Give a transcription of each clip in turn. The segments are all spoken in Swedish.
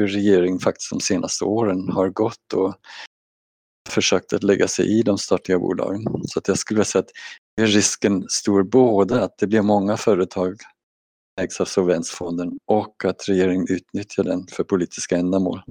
hur regeringen faktiskt de senaste åren har gått och försökt att lägga sig i de statliga bolagen. Så att jag skulle vilja säga att är risken stor både att det blir många företag ägs av Solvensfonden och att regeringen utnyttjar den för politiska ändamål.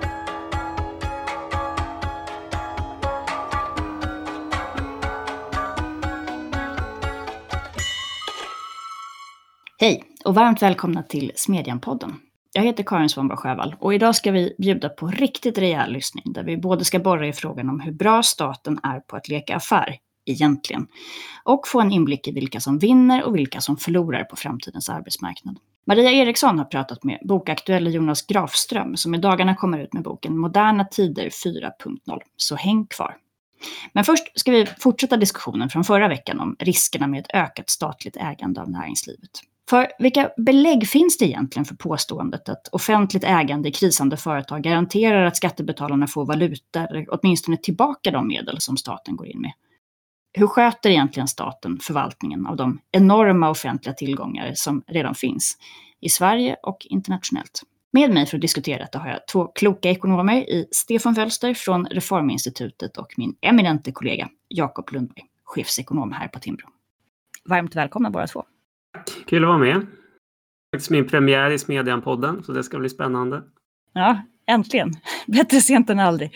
Hej och varmt välkomna till Smedjan-podden. Jag heter Karin Svanberg Sjöwall och idag ska vi bjuda på riktigt rejäl lyssning där vi både ska borra i frågan om hur bra staten är på att leka affär, egentligen, och få en inblick i vilka som vinner och vilka som förlorar på framtidens arbetsmarknad. Maria Eriksson har pratat med bokaktuelle Jonas Grafström som i dagarna kommer ut med boken Moderna tider 4.0, så häng kvar. Men först ska vi fortsätta diskussionen från förra veckan om riskerna med ett ökat statligt ägande av näringslivet. För vilka belägg finns det egentligen för påståendet att offentligt ägande i krisande företag garanterar att skattebetalarna får valuta eller åtminstone tillbaka de medel som staten går in med? Hur sköter egentligen staten förvaltningen av de enorma offentliga tillgångar som redan finns i Sverige och internationellt? Med mig för att diskutera detta har jag två kloka ekonomer i Stefan Fölster från Reforminstitutet och min eminente kollega Jakob Lundberg, chefsekonom här på Timbro. Varmt välkomna båda två. Kul att vara med. Det är faktiskt min premiär i Smedjan-podden, så det ska bli spännande. Ja, äntligen. Bättre sent än aldrig.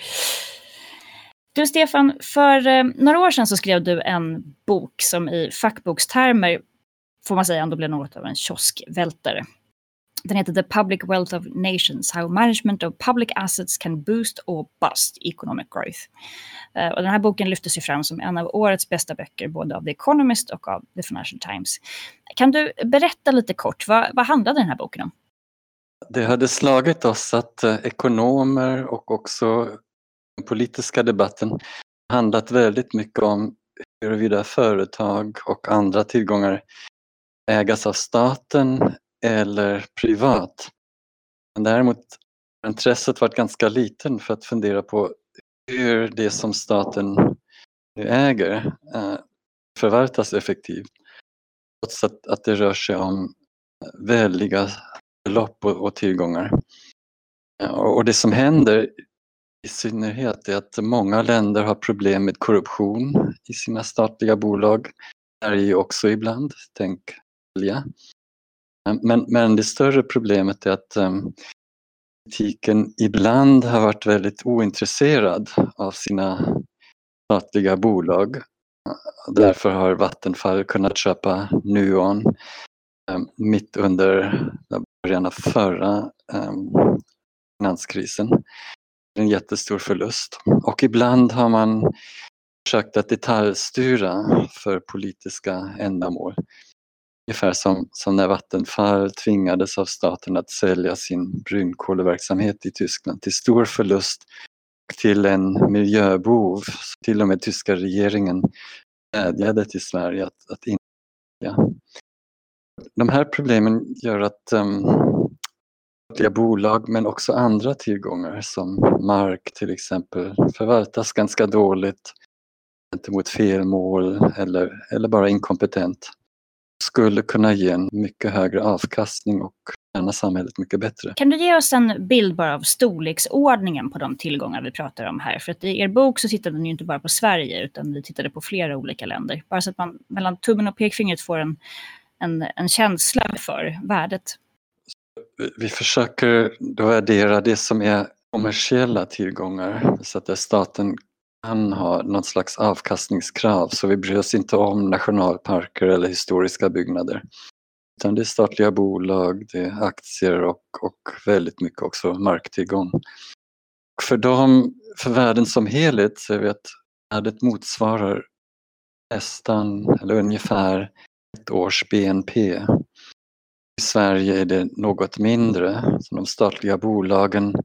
Du Stefan, för några år sedan så skrev du en bok som i fackbokstermer får man säga ändå blev något av en kioskvältare. Den heter The Public Wealth of Nations, How Management of Public Assets Can Boost or Bust Economic Growth. Och den här boken lyftes ju fram som en av årets bästa böcker, både av The Economist och av The Financial Times. Kan du berätta lite kort, vad handlade den här boken om? Det hade slagit oss att ekonomer och också den politiska debatten handlat väldigt mycket om huruvida företag och andra tillgångar ägas av staten eller privat. Men däremot har intresset varit ganska liten för att fundera på hur det som staten äger förvaltas effektivt. Trots att det rör sig om väldiga belopp och tillgångar. Och det som händer i synnerhet är att många länder har problem med korruption i sina statliga bolag. Där är ju också ibland, tänk Telia. Men det större problemet är att politiken ibland har varit väldigt ointresserad av sina statliga bolag. Därför har Vattenfall kunnat köpa Nuon mitt under början av förra finanskrisen. En jättestor förlust. Och ibland har man försökt att detaljstyra för politiska ändamål. Ungefär som när Vattenfall tvingades av staten att sälja sin brunkolverksamhet i Tyskland till stor förlust till en miljöbov. Till och med tyska regeringen vädjade till Sverige att inte. De här problemen gör att statliga bolag men också andra tillgångar som mark till exempel förvaltas ganska dåligt gentemot felmål eller bara inkompetent. Skulle kunna ge en mycket högre avkastning och tjäna samhället mycket bättre. Kan du ge oss en bild bara av storleksordningen på de tillgångar vi pratar om här? För att i er bok så tittade ni ju inte bara på Sverige utan vi tittade på flera olika länder. Bara så att man mellan tummen och pekfingret får en känsla för värdet. Vi försöker då värdera det som är kommersiella tillgångar så att staten kan ha något slags avkastningskrav, så vi bryr oss inte om nationalparker eller historiska byggnader. Utan det är statliga bolag, det är aktier och väldigt mycket också marktillgång. För världen som helhet så vet värdet motsvarar nästan eller ungefär ett års BNP. I Sverige är det något mindre, så de statliga bolagen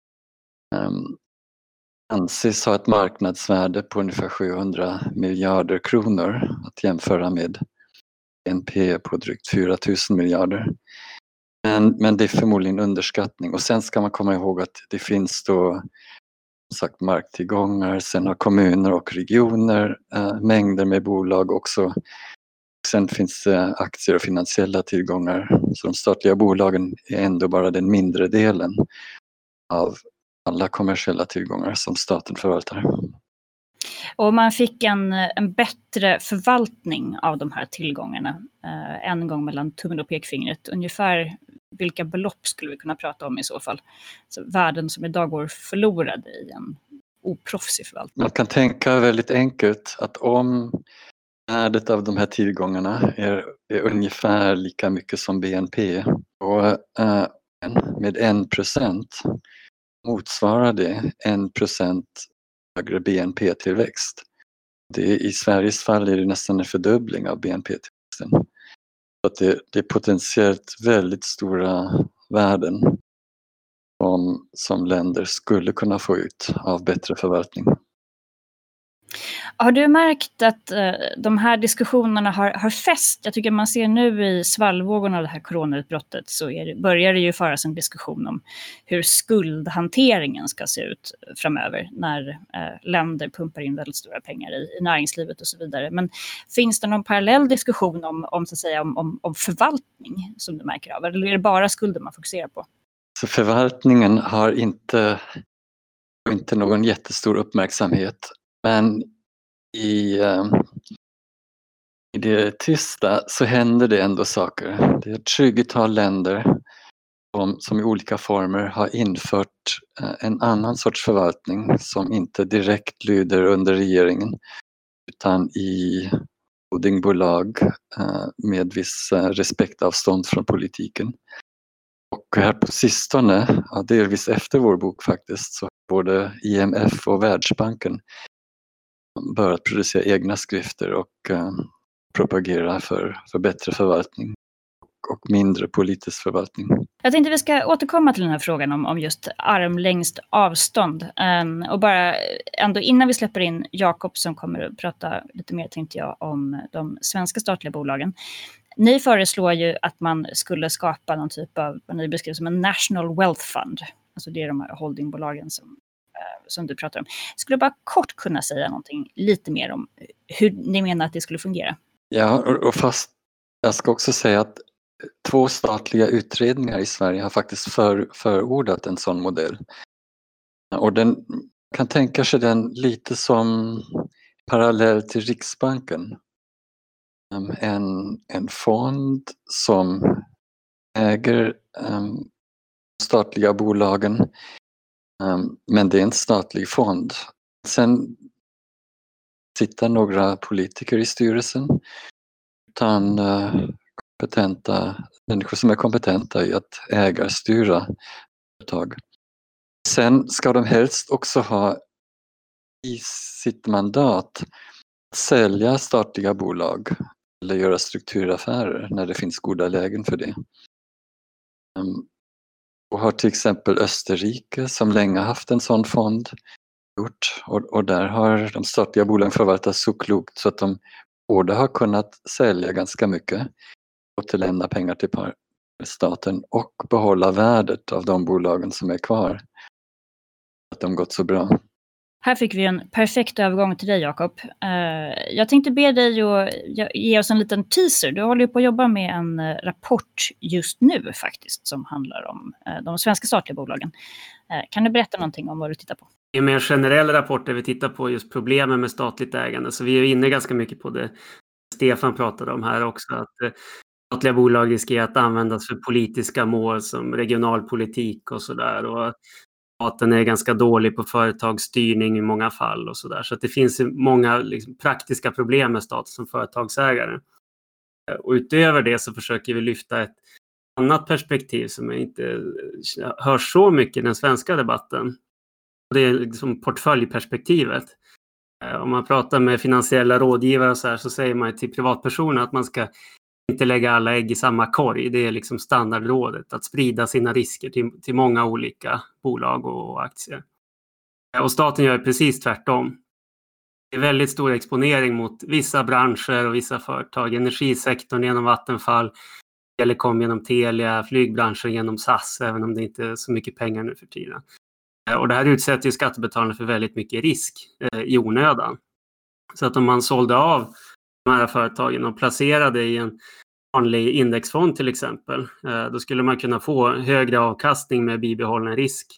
anses ha ett marknadsvärde på ungefär 700 miljarder kronor att jämföra med BNP på drygt 4 000 miljarder. Men det är förmodligen underskattning. Och sen ska man komma ihåg att det finns då som sagt marktillgångar, sen har kommuner och regioner mängder med bolag också. Sen finns det aktier och finansiella tillgångar. Så de statliga bolagen är ändå bara den mindre delen. av alla kommersiella tillgångar som staten förvaltar. Och man fick en bättre förvaltning av de här tillgångarna en gång mellan tummen och pekfingret. Ungefär vilka belopp skulle vi kunna prata om i så fall? Så värden som idag går förlorade i en oproffsig förvaltning. Man kan tänka väldigt enkelt att om värdet av de här tillgångarna är ungefär lika mycket som BNP och med 1% motsvarar det 1% högre BNP-tillväxt. I Sveriges fall är det nästan en fördubbling av BNP-tillväxten. Så att det är potentiellt väldigt stora värden som länder skulle kunna få ut av bättre förvaltning. Har du märkt att de här diskussionerna har fäst? Jag tycker man ser nu i svallvågorna av det här coronautbrottet så börjar det ju föras en diskussion om hur skuldhanteringen ska se ut framöver när länder pumpar in väldigt stora pengar i näringslivet och så vidare. Men finns det någon parallell diskussion om så att säga, om förvaltning som du märker av? Eller är det bara skulder man fokuserar på? Så förvaltningen har inte någon jättestor uppmärksamhet. Men i det tysta så händer det ändå saker. Det är ett 20-tal länder som i olika former har infört en annan sorts förvaltning som inte direkt lyder under regeringen utan i holdingbolag med viss respektavstånd från politiken. Och här på sistone, delvis efter vår bok faktiskt, så har både IMF och Världsbanken börjat producera egna skrifter och propagera för bättre förvaltning och mindre politisk förvaltning. Jag tänkte vi ska återkomma till den här frågan om just armlängds avstånd. Och bara ändå innan vi släpper in Jakob som kommer att prata lite mer tänkte jag om de svenska statliga bolagen. Ni föreslår ju att man skulle skapa någon typ av, vad ni beskriver som en National Wealth Fund. Alltså det är de här holdingbolagen som du pratar om. Skulle bara kort kunna säga någonting lite mer om hur ni menar att det skulle fungera? Ja, och fast jag ska också säga att 2 statliga utredningar i Sverige har faktiskt förordat en sån modell. Och den kan tänka sig den lite som parallell till Riksbanken. En fond som äger statliga bolagen, men det är en statlig fond. Sen sitter några politiker i styrelsen utan människor som är kompetenta i att ägarstyra företag. Sen ska de helst också ha i sitt mandat att sälja statliga bolag eller göra strukturaffärer när det finns goda lägen för det. Och har till exempel Österrike som länge haft en sån fond gjort och där har de statliga bolagen förvaltats så klokt så att de både har kunnat sälja ganska mycket och återlämna pengar till staten och behålla värdet av de bolagen som är kvar. Att de gått så bra. Här fick vi en perfekt övergång till dig, Jakob. Jag tänkte be dig att ge oss en liten teaser. Du håller ju på att jobba med en rapport just nu faktiskt som handlar om de svenska statliga bolagen. Kan du berätta någonting om vad du tittar på? Det är mer en generell rapport där vi tittar på just problemen med statligt ägande. Så vi är inne ganska mycket på det Stefan pratade om här också. Att statliga bolag riskerar att användas för politiska mål som regionalpolitik och sådär. Och staten är ganska dålig på företagsstyrning i många fall och sådär. Så att det finns många praktiska problem med staten som företagsägare. Och utöver det så försöker vi lyfta ett annat perspektiv som inte hörs så mycket i den svenska debatten. Det är liksom portföljperspektivet. Om man pratar med finansiella rådgivare så säger man till privatpersoner att man ska inte lägga alla ägg i samma korg. Det är liksom standardrådet, att sprida sina risker till många olika bolag och aktier. Och staten gör precis tvärtom. Det är väldigt stor exponering mot vissa branscher och vissa företag. Energisektorn genom Vattenfall, telekom genom Telia, flygbranschen genom SAS, även om det inte är så mycket pengar nu för tiden. Och det här utsätter ju skattebetalarna för väldigt mycket risk i onödan. Så att om man sålde av de här företagen och placerade i en vanlig indexfond till exempel, då skulle man kunna få högre avkastning med bibehållen risk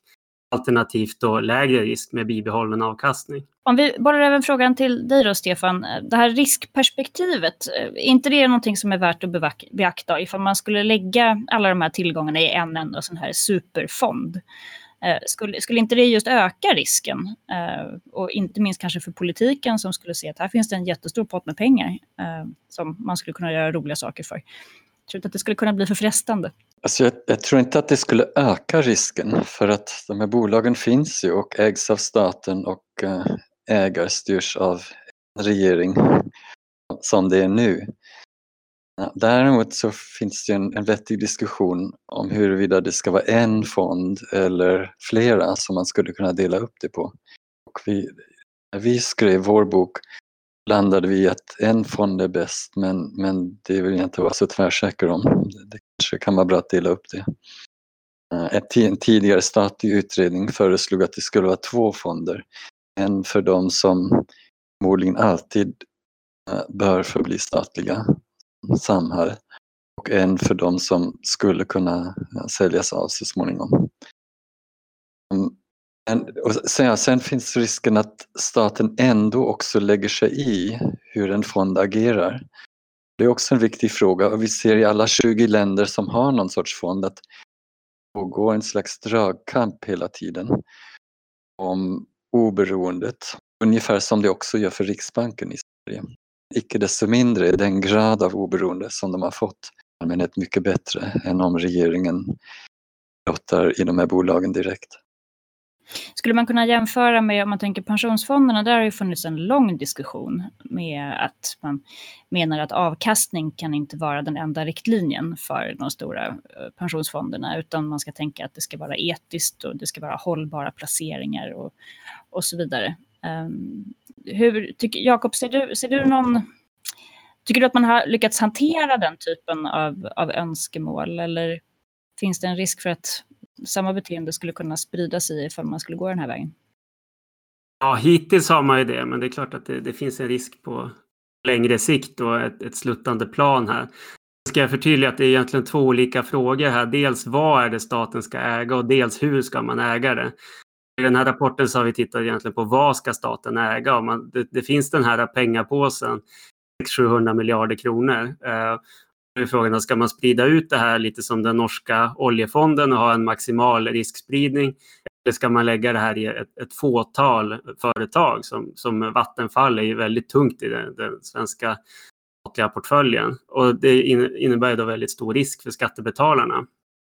alternativt då lägre risk med bibehållen avkastning. Om vi bollar över frågan till dig då, Stefan. Det här riskperspektivet, är inte det någonting som är värt att beakta ifall man skulle lägga alla de här tillgångarna i en enda sån här superfond? Skulle inte det just öka risken? Och inte minst kanske för politiken som skulle se att här finns det en jättestor pott med pengar som man skulle kunna göra roliga saker för. Jag tror att det skulle kunna bli för frestande. Alltså jag tror inte att det skulle öka risken, för att de här bolagen finns ju och ägs av staten och ägarstyrs av regering som det är nu. Däremot så finns det en vettig diskussion om huruvida det ska vara en fond eller flera som man skulle kunna dela upp det på. Och när vi skrev vår bok landade vi att en fond är bäst, men det vill jag inte vara så tvärsäker om. Det kanske kan vara bra att dela upp det. En tidigare statlig utredning föreslog att det skulle vara 2 fonder. En för de som förmodligen alltid bör förbli statliga, Samhall, och en för de som skulle kunna säljas av så småningom. Sen finns risken att staten ändå också lägger sig i hur en fond agerar. Det är också en viktig fråga, och vi ser i alla 20 länder som har någon sorts fond att det pågår en slags dragkamp hela tiden om oberoendet. Ungefär som det också gör för Riksbanken i Sverige. Icke desto mindre är den grad av oberoende som de har fått allmänhet mycket bättre än om regeringen lottar i de här bolagen direkt. Skulle man kunna jämföra med, om man tänker pensionsfonderna, där har ju funnits en lång diskussion med att man menar att avkastning kan inte vara den enda riktlinjen för de stora pensionsfonderna, utan man ska tänka att det ska vara etiskt och det ska vara hållbara placeringar och så vidare. Jakob, ser du någon... Tycker du att man har lyckats hantera den typen av önskemål, eller finns det en risk för att samma beteende skulle kunna sprida sig ifall man skulle gå den här vägen? Ja, hittills har man ju det, men det är klart att det finns en risk på längre sikt och ett sluttande plan här. Ska jag förtydliga att det är egentligen 2 olika frågor här. Dels vad är det staten ska äga och dels hur ska man äga det. I den här rapporten så har vi tittat egentligen på vad ska staten äga. Och det finns den här pengapåsen, 600-700 miljarder kronor. Nu är frågan, ska man sprida ut det här lite som den norska oljefonden och ha en maximal riskspridning? Eller ska man lägga det här i ett fåtal företag som Vattenfall är ju väldigt tungt i den svenska statliga portföljen. Och det innebär då väldigt stor risk för skattebetalarna.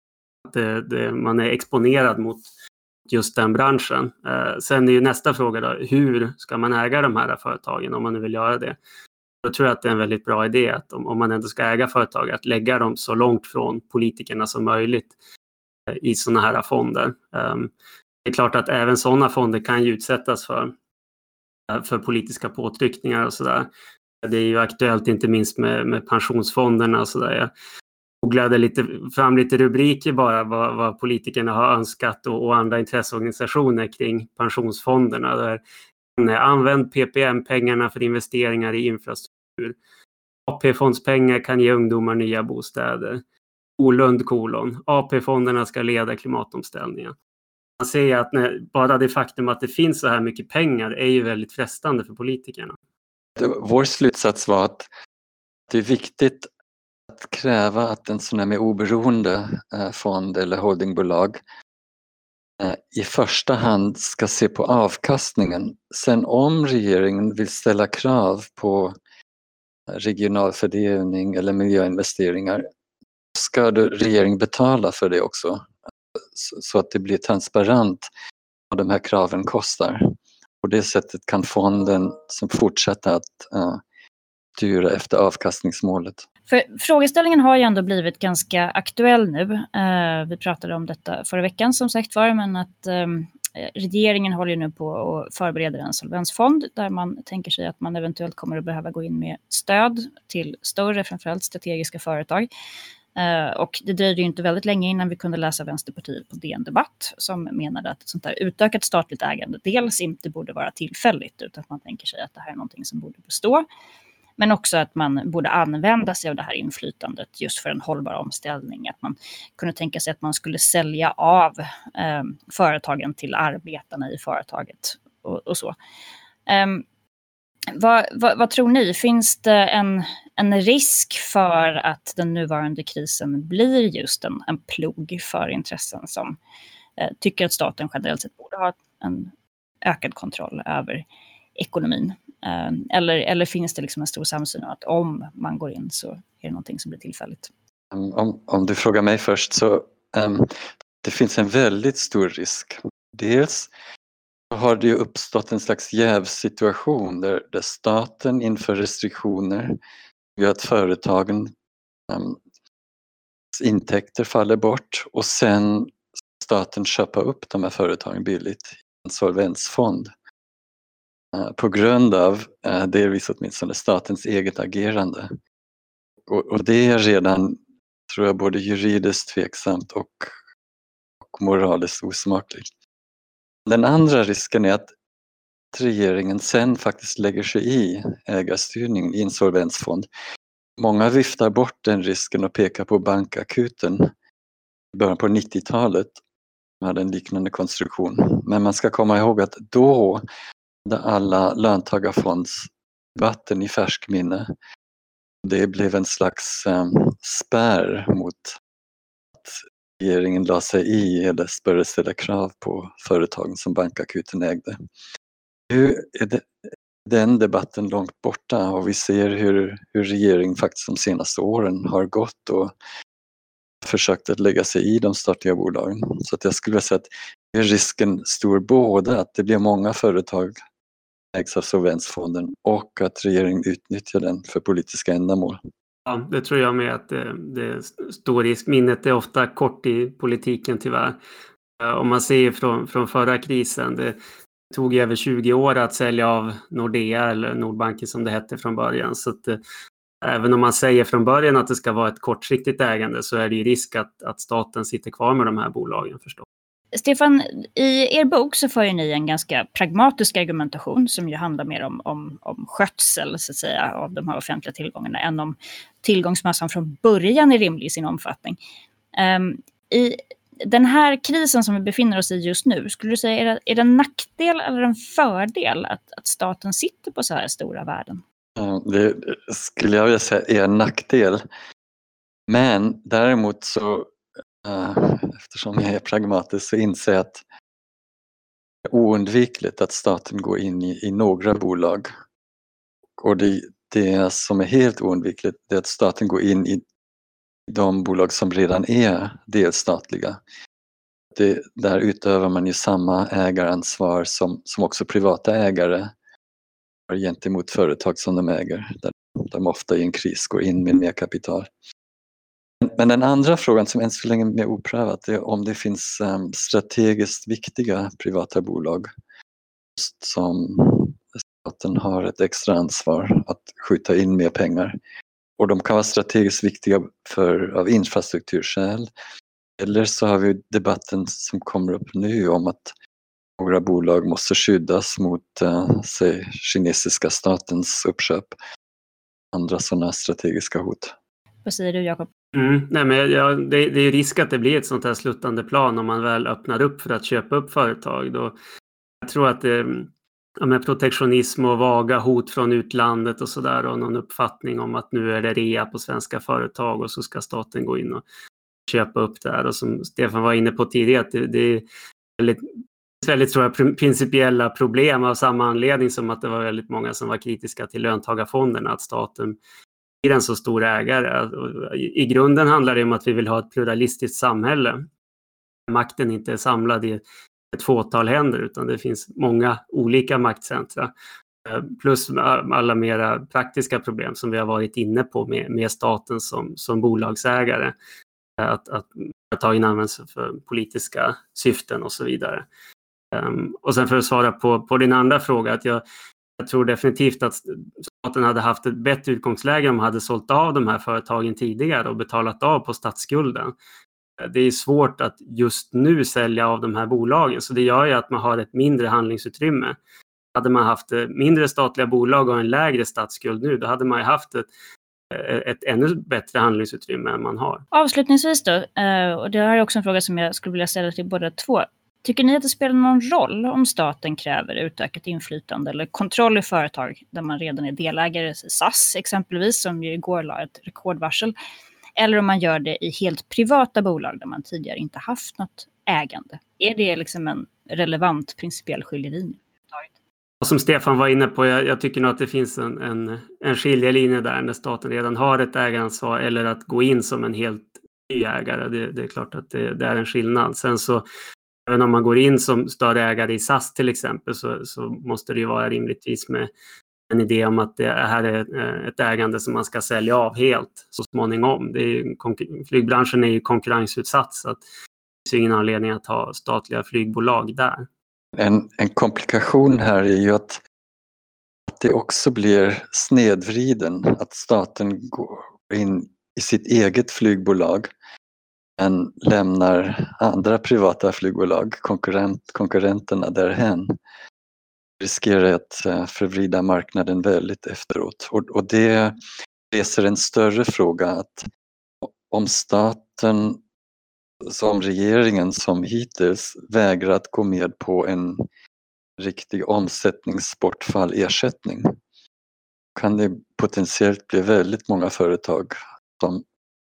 Att man är exponerad mot just den branschen. Sen är ju nästa fråga då, hur ska man äga de här företagen om man nu vill göra det? Jag tror att det är en väldigt bra idé att om man ändå ska äga företag, att lägga dem så långt från politikerna som möjligt i sådana här fonder. Det är klart att även sådana fonder kan ju utsättas för politiska påtryckningar och sådär. Det är ju aktuellt inte minst med pensionsfonderna och sådär. Jag googlade fram lite rubriker bara vad politikerna har önskat och andra intresseorganisationer kring pensionsfonderna. Där använd PPM-pengarna för investeringar i infrastruktur. AP-fondspengar kan ge ungdomar nya bostäder. AP-fonderna ska leda klimatomställningen. Man ser att bara det faktum att det finns så här mycket pengar är ju väldigt frestande för politikerna. Vår slutsats var att det är viktigt att kräva att en sån här med oberoende fond eller holdingbolag i första hand ska se på avkastningen. Sen om regeringen vill ställa krav på regional fördelning eller miljöinvesteringar, ska regeringen betala för det också, så att det blir transparent vad de här kraven kostar. På det sättet kan fonden som fortsätta att styra efter avkastningsmålet. För frågeställningen har ju ändå blivit ganska aktuell nu. Vi pratade om detta förra veckan som sagt var, men att regeringen håller nu på att förbereda en solvensfond där man tänker sig att man eventuellt kommer att behöva gå in med stöd till större, framförallt strategiska företag. Och det dröjde ju inte väldigt länge innan vi kunde läsa Vänsterpartiet på DN Debatt som menade att ett sånt där utökat statligt ägande dels inte borde vara tillfälligt, utan att man tänker sig att det här är någonting som borde bestå. Men också att man borde använda sig av det här inflytandet just för en hållbar omställning. Att man kunde tänka sig att man skulle sälja av företagen till arbetarna i företaget och så. Vad tror ni? Finns det en risk för att den nuvarande krisen blir just en plog för intressen som tycker att staten generellt sett borde ha en ökad kontroll över ekonomin? Eller finns det liksom en stor samsyn att om man går in så är det någonting som blir tillfälligt? Om du frågar mig först så det finns en väldigt stor risk. Dels har det ju uppstått en slags jävsituation där staten inför restriktioner gör att företagen intäkter faller bort och sen staten köper upp de här företagen billigt i en solvensfond. På grund av, delvis åtminstone, statens eget agerande. Och det är redan, tror jag, både juridiskt tveksamt och moraliskt osmakligt. Den andra risken är att regeringen sen faktiskt lägger sig i ägarstyrningen i en solvensfond. Många viftar bort den risken och pekar på bankakuten i början på 90-talet. Man hade en liknande konstruktion. Men man ska komma ihåg att då hade alla löntagarfondsdebatten i färskminne. Det blev en slags spärr mot att regeringen la sig i eller började ställa krav på företagen som bankakuten ägde. Nu är den debatten långt borta och vi ser hur regeringen faktiskt de senaste åren har gått och försökt att lägga sig i de statliga bolagen. Så att jag skulle vilja säga att är risken stor både att det blir många företag ägs av solvensfonden och att regeringen utnyttjar den för politiska ändamål. Ja, det tror jag med att det är stor risk. Minnet är ofta kort i politiken tyvärr. Om man ser från förra krisen, det tog över 20 år att sälja av Nordea eller Nordbanken som det hette från början. Så att, även om man säger från början att det ska vara ett kortsiktigt ägande så är det ju risk att staten sitter kvar med de här bolagen förstås. Stefan, i er bok så får ju ni en ganska pragmatisk argumentation som ju handlar mer om skötsel så att säga, av de här offentliga tillgångarna än om tillgångsmassan från början är rimlig i sin omfattning. I den här krisen som vi befinner oss i just nu, skulle du säga är det en nackdel eller en fördel att staten sitter på så här stora värden? Det skulle jag vilja säga är en nackdel. Men däremot så eftersom jag är pragmatisk så inser jag att det är oundvikligt att staten går in i några bolag. Och det som är helt oundvikligt är att staten går in i de bolag som redan är delstatliga. Där utövar man ju samma ägaransvar som också privata ägare har gentemot företag som de äger. Där de ofta i en kris går in med mer kapital. Men den andra frågan som än så länge är mer oprövat är om det finns strategiskt viktiga privata bolag som staten har ett extra ansvar att skjuta in mer pengar. Och de kan vara strategiskt viktiga av infrastrukturskäl. Eller så har vi debatten som kommer upp nu om att några bolag måste skyddas mot kinesiska statens uppköp. Andra sådana strategiska hot. Vad säger du, Jakob? Nej, men det är ju risk att det blir ett sånt här sluttande plan om man väl öppnar upp för att köpa upp företag. Då, jag tror att med protektionism och vaga hot från utlandet och sådär och någon uppfattning om att nu är det rea på svenska företag och så ska staten gå in och köpa upp det här. Och som Stefan var inne på tidigare, att det är väldigt stora principiella problem av samma anledning som att det var väldigt många som var kritiska till löntagarfonderna, att staten är en så stor ägare. I grunden handlar det om att vi vill ha ett pluralistiskt samhälle. Makten inte är samlad i ett fåtal händer utan det finns många olika maktcentra. Plus alla mera praktiska problem som vi har varit inne på med staten som bolagsägare. Att företagen används för politiska syften och så vidare. Och sen för att svara på din andra fråga, att jag tror definitivt att staten hade haft ett bättre utgångsläge om man hade sålt av de här företagen tidigare och betalat av på statsskulden. Det är svårt att just nu sälja av de här bolagen, så det gör ju att man har ett mindre handlingsutrymme Hade man haft mindre statliga bolag och en lägre statsskuld nu, då hade man ju haft ett ännu bättre handlingsutrymme än man har. Avslutningsvis då, och det här är också en fråga som jag skulle vilja ställa till båda två. Tycker ni att det spelar någon roll om staten kräver utökat inflytande eller kontroll i företag där man redan är delägare, SAS exempelvis, som ju igår la ett rekordvarsel, eller om man gör det i helt privata bolag där man tidigare inte haft något ägande? Är det liksom en relevant principiell skiljelinje? Och som Stefan var inne på, jag tycker nog att det finns en skiljelinje där när staten redan har ett ägaransvar eller att gå in som en helt ny ägare. Det är klart att det är en skillnad. Sen så, även om man går in som större ägare i SAS till exempel, så måste det ju vara rimligtvis med en idé om att det här är ett ägande som man ska sälja av helt så småningom. Flygbranschen är ju konkurrensutsatt, så att det finns ingen anledning att ha statliga flygbolag där. En komplikation här är ju att det också blir snedvriden, att staten går in i sitt eget flygbolag men lämnar andra privata flygbolag, konkurrenterna därhän. Riskerar att förvrida marknaden väldigt efteråt. Och det reser en större fråga, att om staten, som regeringen som hittills, vägrar att gå med på en riktig omsättningsbortfall-ersättning, kan det potentiellt bli väldigt många företag som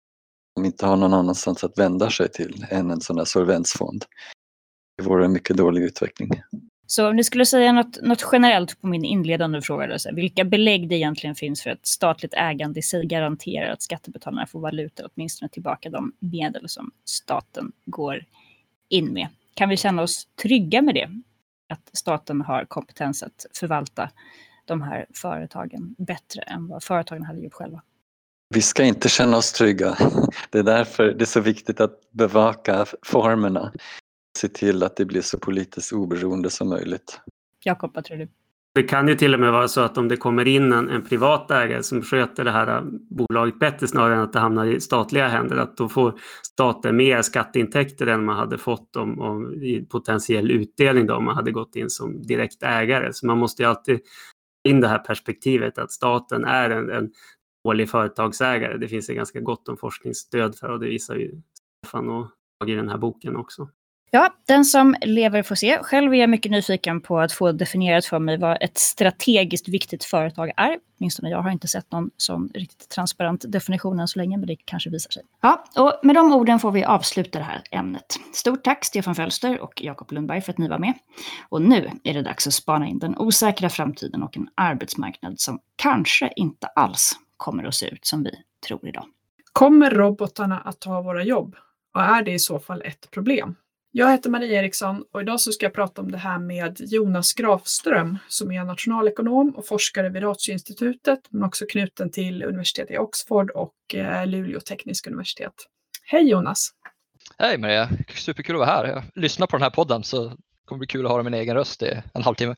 inte har någon annanstans att vända sig till än en sån här solvensfond. Det vore en mycket dålig utveckling. Så om ni skulle säga något generellt på min inledande fråga, då, så här, vilka belägg det egentligen finns för att statligt ägande i sig garanterar att skattebetalarna får valuta, åtminstone tillbaka de medel som staten går in med? Kan vi känna oss trygga med det? Att staten har kompetens att förvalta de här företagen bättre än vad företagen hade gjort själva? Vi ska inte känna oss trygga. Det är därför det är så viktigt att bevaka formerna. Se till att det blir så politiskt oberoende som möjligt. Jakob, vad tror du? Det kan ju till och med vara så att om det kommer in en privat ägare som sköter det här bolaget bättre snarare än att det hamnar i statliga händer, att då får staten mer skatteintäkter än man hade fått om i potentiell utdelning då, om man hade gått in som direkt ägare. Så man måste ju alltid in det här perspektivet att staten är en dålig företagsägare. Det finns ju ganska gott om forskningsstöd för, och det visar ju Stefan och jag i den här boken också. Ja, den som lever får se. Själv är jag mycket nyfiken på att få definierat för mig vad ett strategiskt viktigt företag är. Åtminstone jag har inte sett någon sån riktigt transparent definition än så länge, men det kanske visar sig. Ja, och med de orden får vi avsluta det här ämnet. Stort tack Stefan Fölster och Jakob Lundberg för att ni var med. Och nu är det dags att spana in den osäkra framtiden och en arbetsmarknad som kanske inte alls kommer att se ut som vi tror idag. Kommer robotarna att ta våra jobb? Och är det i så fall ett problem? Jag heter Maria Eriksson och idag så ska jag prata om det här med Jonas Grafström som är nationalekonom och forskare vid Ratio-institutet, men också knuten till universitetet i Oxford och Luleå tekniska universitet. Hej Jonas! Hej Maria, superkul att vara här. Jag lyssnar på den här podden så det kommer bli kul att höra min egen röst i en halvtimme.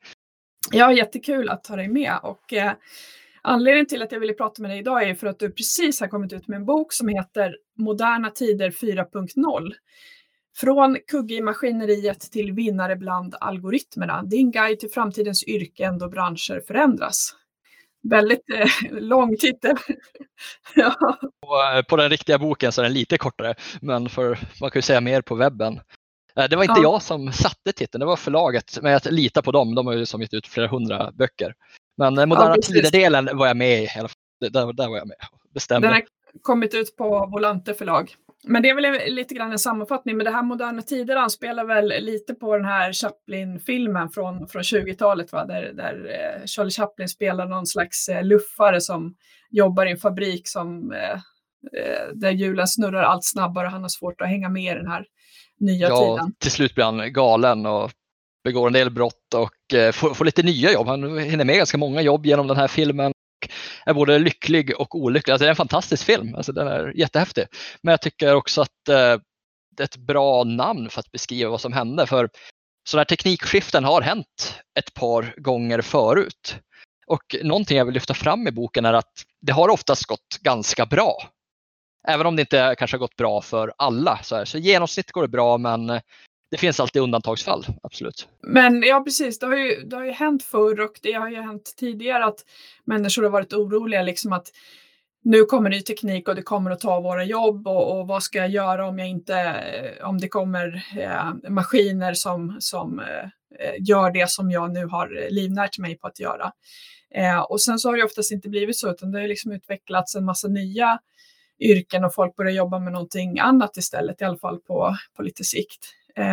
Ja, jättekul att ha dig med, och anledningen till att jag ville prata med dig idag är för att du precis har kommit ut med en bok som heter Moderna tider 4.0. Från kugge i maskineriet till vinnare bland algoritmerna. Det är en guide till framtidens yrken då branscher förändras. Väldigt lång titel. Ja. På den riktiga boken så är den lite kortare, men man kan ju säga mer på webben. Det var inte jag som satte titeln, det var förlaget, men jag litar på dem. De har ju som gett ut flera 100 böcker. Men Moderna tider-delen var jag med i. Där var jag med och bestämde. Den har kommit ut på Volante förlag. Men det är väl lite grann en sammanfattning, men det här Moderna tider anspelar väl lite på den här Chaplin-filmen från 20-talet, va? Där Charlie Chaplin spelar någon slags luffare som jobbar i en fabrik där hjulen snurrar allt snabbare och han har svårt att hänga med i den här nya tiden. Till slut blir han galen och begår en del brott och får lite nya jobb. Han hinner med ganska många jobb genom den här filmen. Är både lycklig och olycklig. Alltså det är en fantastisk film. Alltså den är jättehäftig. Men jag tycker också att det är ett bra namn för att beskriva vad som hände. För sådana här teknikskiften har hänt ett par gånger förut. Och någonting jag vill lyfta fram i boken är att det har oftast gått ganska bra. Även om det inte kanske har gått bra för alla. Så i genomsnitt går det bra, men det finns alltid undantagsfall, absolut. Men ja, precis. Det har ju hänt förr och det har ju hänt tidigare att människor har varit oroliga liksom att nu kommer ny teknik och det kommer att ta våra jobb och vad ska jag göra om det kommer maskiner som gör det som jag nu har livnärt mig på att göra. Och sen så har det oftast inte blivit så, utan det har liksom utvecklats en massa nya yrken och folk börjar jobba med någonting annat istället, i alla fall på lite sikt.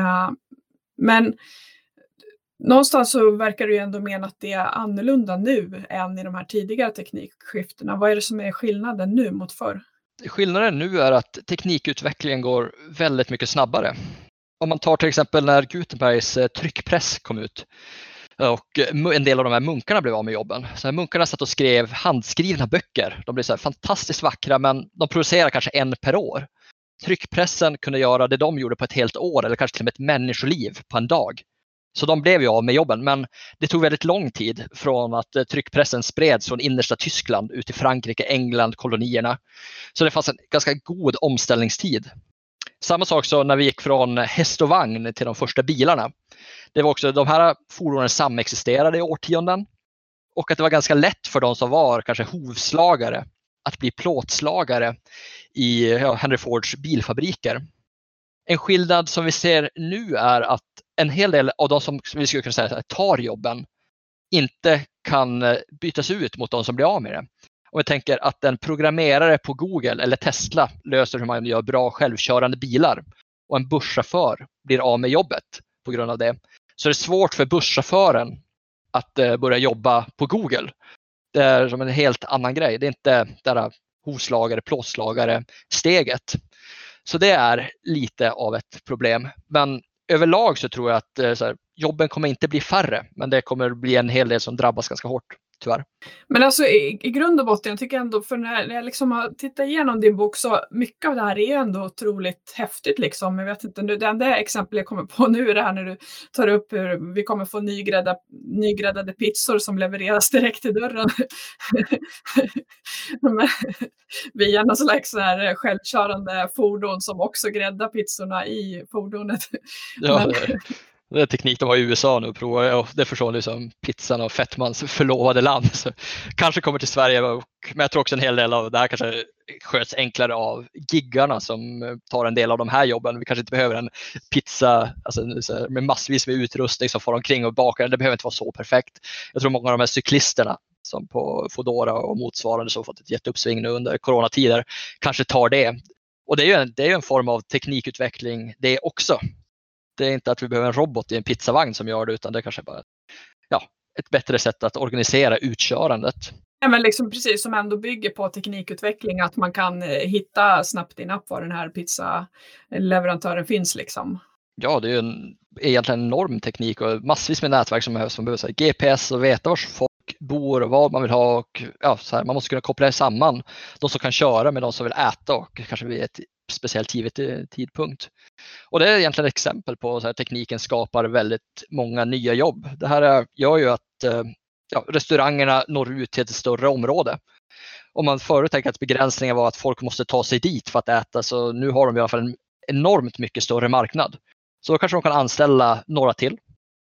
Men någonstans så verkar du ju ändå mena att det är annorlunda nu än i de här tidigare teknikskiftena. Vad är det som är skillnaden nu mot förr? Skillnaden nu är att teknikutvecklingen går väldigt mycket snabbare. Om man tar till exempel när Gutenbergs tryckpress kom ut och en del av de här munkarna blev av med jobben. Så här munkarna satt och skrev handskrivna böcker. De blev så här fantastiskt vackra, men de producerar kanske en per år. Tryckpressen kunde göra det de gjorde på ett helt år eller kanske till och med ett människoliv på en dag. Så de blev ju av med jobben, men det tog väldigt lång tid från att tryckpressen spreds från innersta Tyskland ut i Frankrike, England, kolonierna. Så det fanns en ganska god omställningstid. Samma sak så när vi gick från häst och vagn till de första bilarna. Det var också, de här fordonen samexisterade i årtionden och att det var ganska lätt för de som var kanske hovslagare att bli plåtslagare i Henry Fords bilfabriker. En skillnad som vi ser nu är att en hel del av de som vi skulle kunna säga tar jobben inte kan bytas ut mot de som blir av med det. Om vi tänker att en programmerare på Google eller Tesla löser hur man gör bra självkörande bilar och en busschaufför blir av med jobbet på grund av det, så är det svårt för busschauffören att börja jobba på Google. Det är som en helt annan grej. Det är inte det där hovslagare, plåtslagare steget. Så det är lite av ett problem. Men överlag så tror jag att jobben kommer inte bli färre, men det kommer bli en hel del som drabbas ganska hårt, tyvärr. Men alltså i grund och botten, jag tycker ändå, för när jag liksom har tittat igenom din bok, så mycket av det här är ju ändå otroligt häftigt liksom. Jag vet inte, det enda exempel jag kommer på nu är det här när du tar upp hur vi kommer få nygräddade pizzor som levereras direkt till dörren. Via någon slags här självkörande fordon som också gräddar pizzorna i fordonet. Ja, det är teknik de har i USA nu, provar och det förstår liksom pizzan och Fettmans förlovade land. Så kanske kommer till Sverige, men jag tror också en hel del av det här kanske sköts enklare av giggarna som tar en del av de här jobben. Vi kanske inte behöver en pizza alltså, med massvis med utrustning som får omkring och bakar. Det behöver inte vara så perfekt. Jag tror många av de här cyklisterna som på Foodora och motsvarande som fått ett jätteuppsving nu under coronatider kanske tar det. Och det är ju en form av teknikutveckling det också. Det är inte att vi behöver en robot i en pizzavagn som gör det, utan det är kanske bara ett bättre sätt att organisera utkörandet. Ja, men liksom precis, som ändå bygger på teknikutveckling, att man kan hitta snabbt i en app var den här pizzaleverantören finns liksom. Ja, det är ju egentligen en enorm teknik och massvis med nätverk som behövs. Man behöver GPS och veta var folk bor och vad man vill ha. Och, man måste kunna koppla samman de som kan köra med de som vill äta och kanske vid ett speciellt givet tidpunkt. Och det är egentligen ett exempel på att tekniken skapar väldigt många nya jobb. Det här gör ju att restaurangerna når ut till ett större område. Om man förut tänker att begränsningen var att folk måste ta sig dit för att äta, så nu har de i alla fall en enormt mycket större marknad. Så då kanske de kan anställa några till.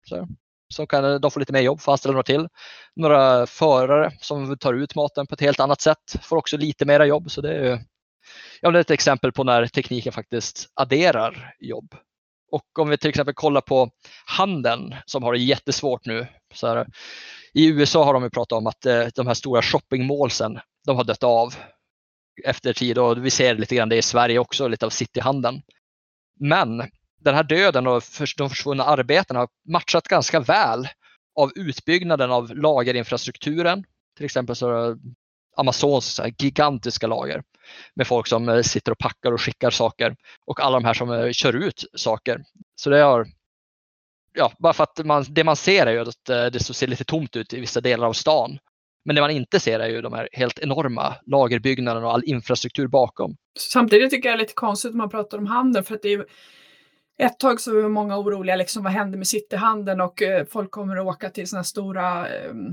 Så kan de få lite mer jobb för att anställa några till. Några förare som tar ut maten på ett helt annat sätt får också lite mera jobb. Så det är ett exempel på när tekniken faktiskt adderar jobb. Och om vi till exempel kollar på handeln som har det jättesvårt nu. Så här, i USA har de ju pratat om att de här stora shoppingmålsen, de har dött av efter tid. Och vi ser lite grann det i Sverige också, lite av cityhandeln. Men den här döden och de försvunna arbetena har matchat ganska väl av utbyggnaden av lagerinfrastrukturen. Till exempel så Amazons gigantiska lager med folk som sitter och packar och skickar saker och alla de här som kör ut saker. Så det har, bara för att det man ser är ju att det ser lite tomt ut i vissa delar av stan. Men det man inte ser är ju de här helt enorma lagerbyggnaderna och all infrastruktur bakom. Samtidigt tycker jag det är lite konstigt när man pratar om handel, för att det är ju ett tag så var många oroliga liksom, vad händer med cityhandeln, och folk kommer att åka till såna stora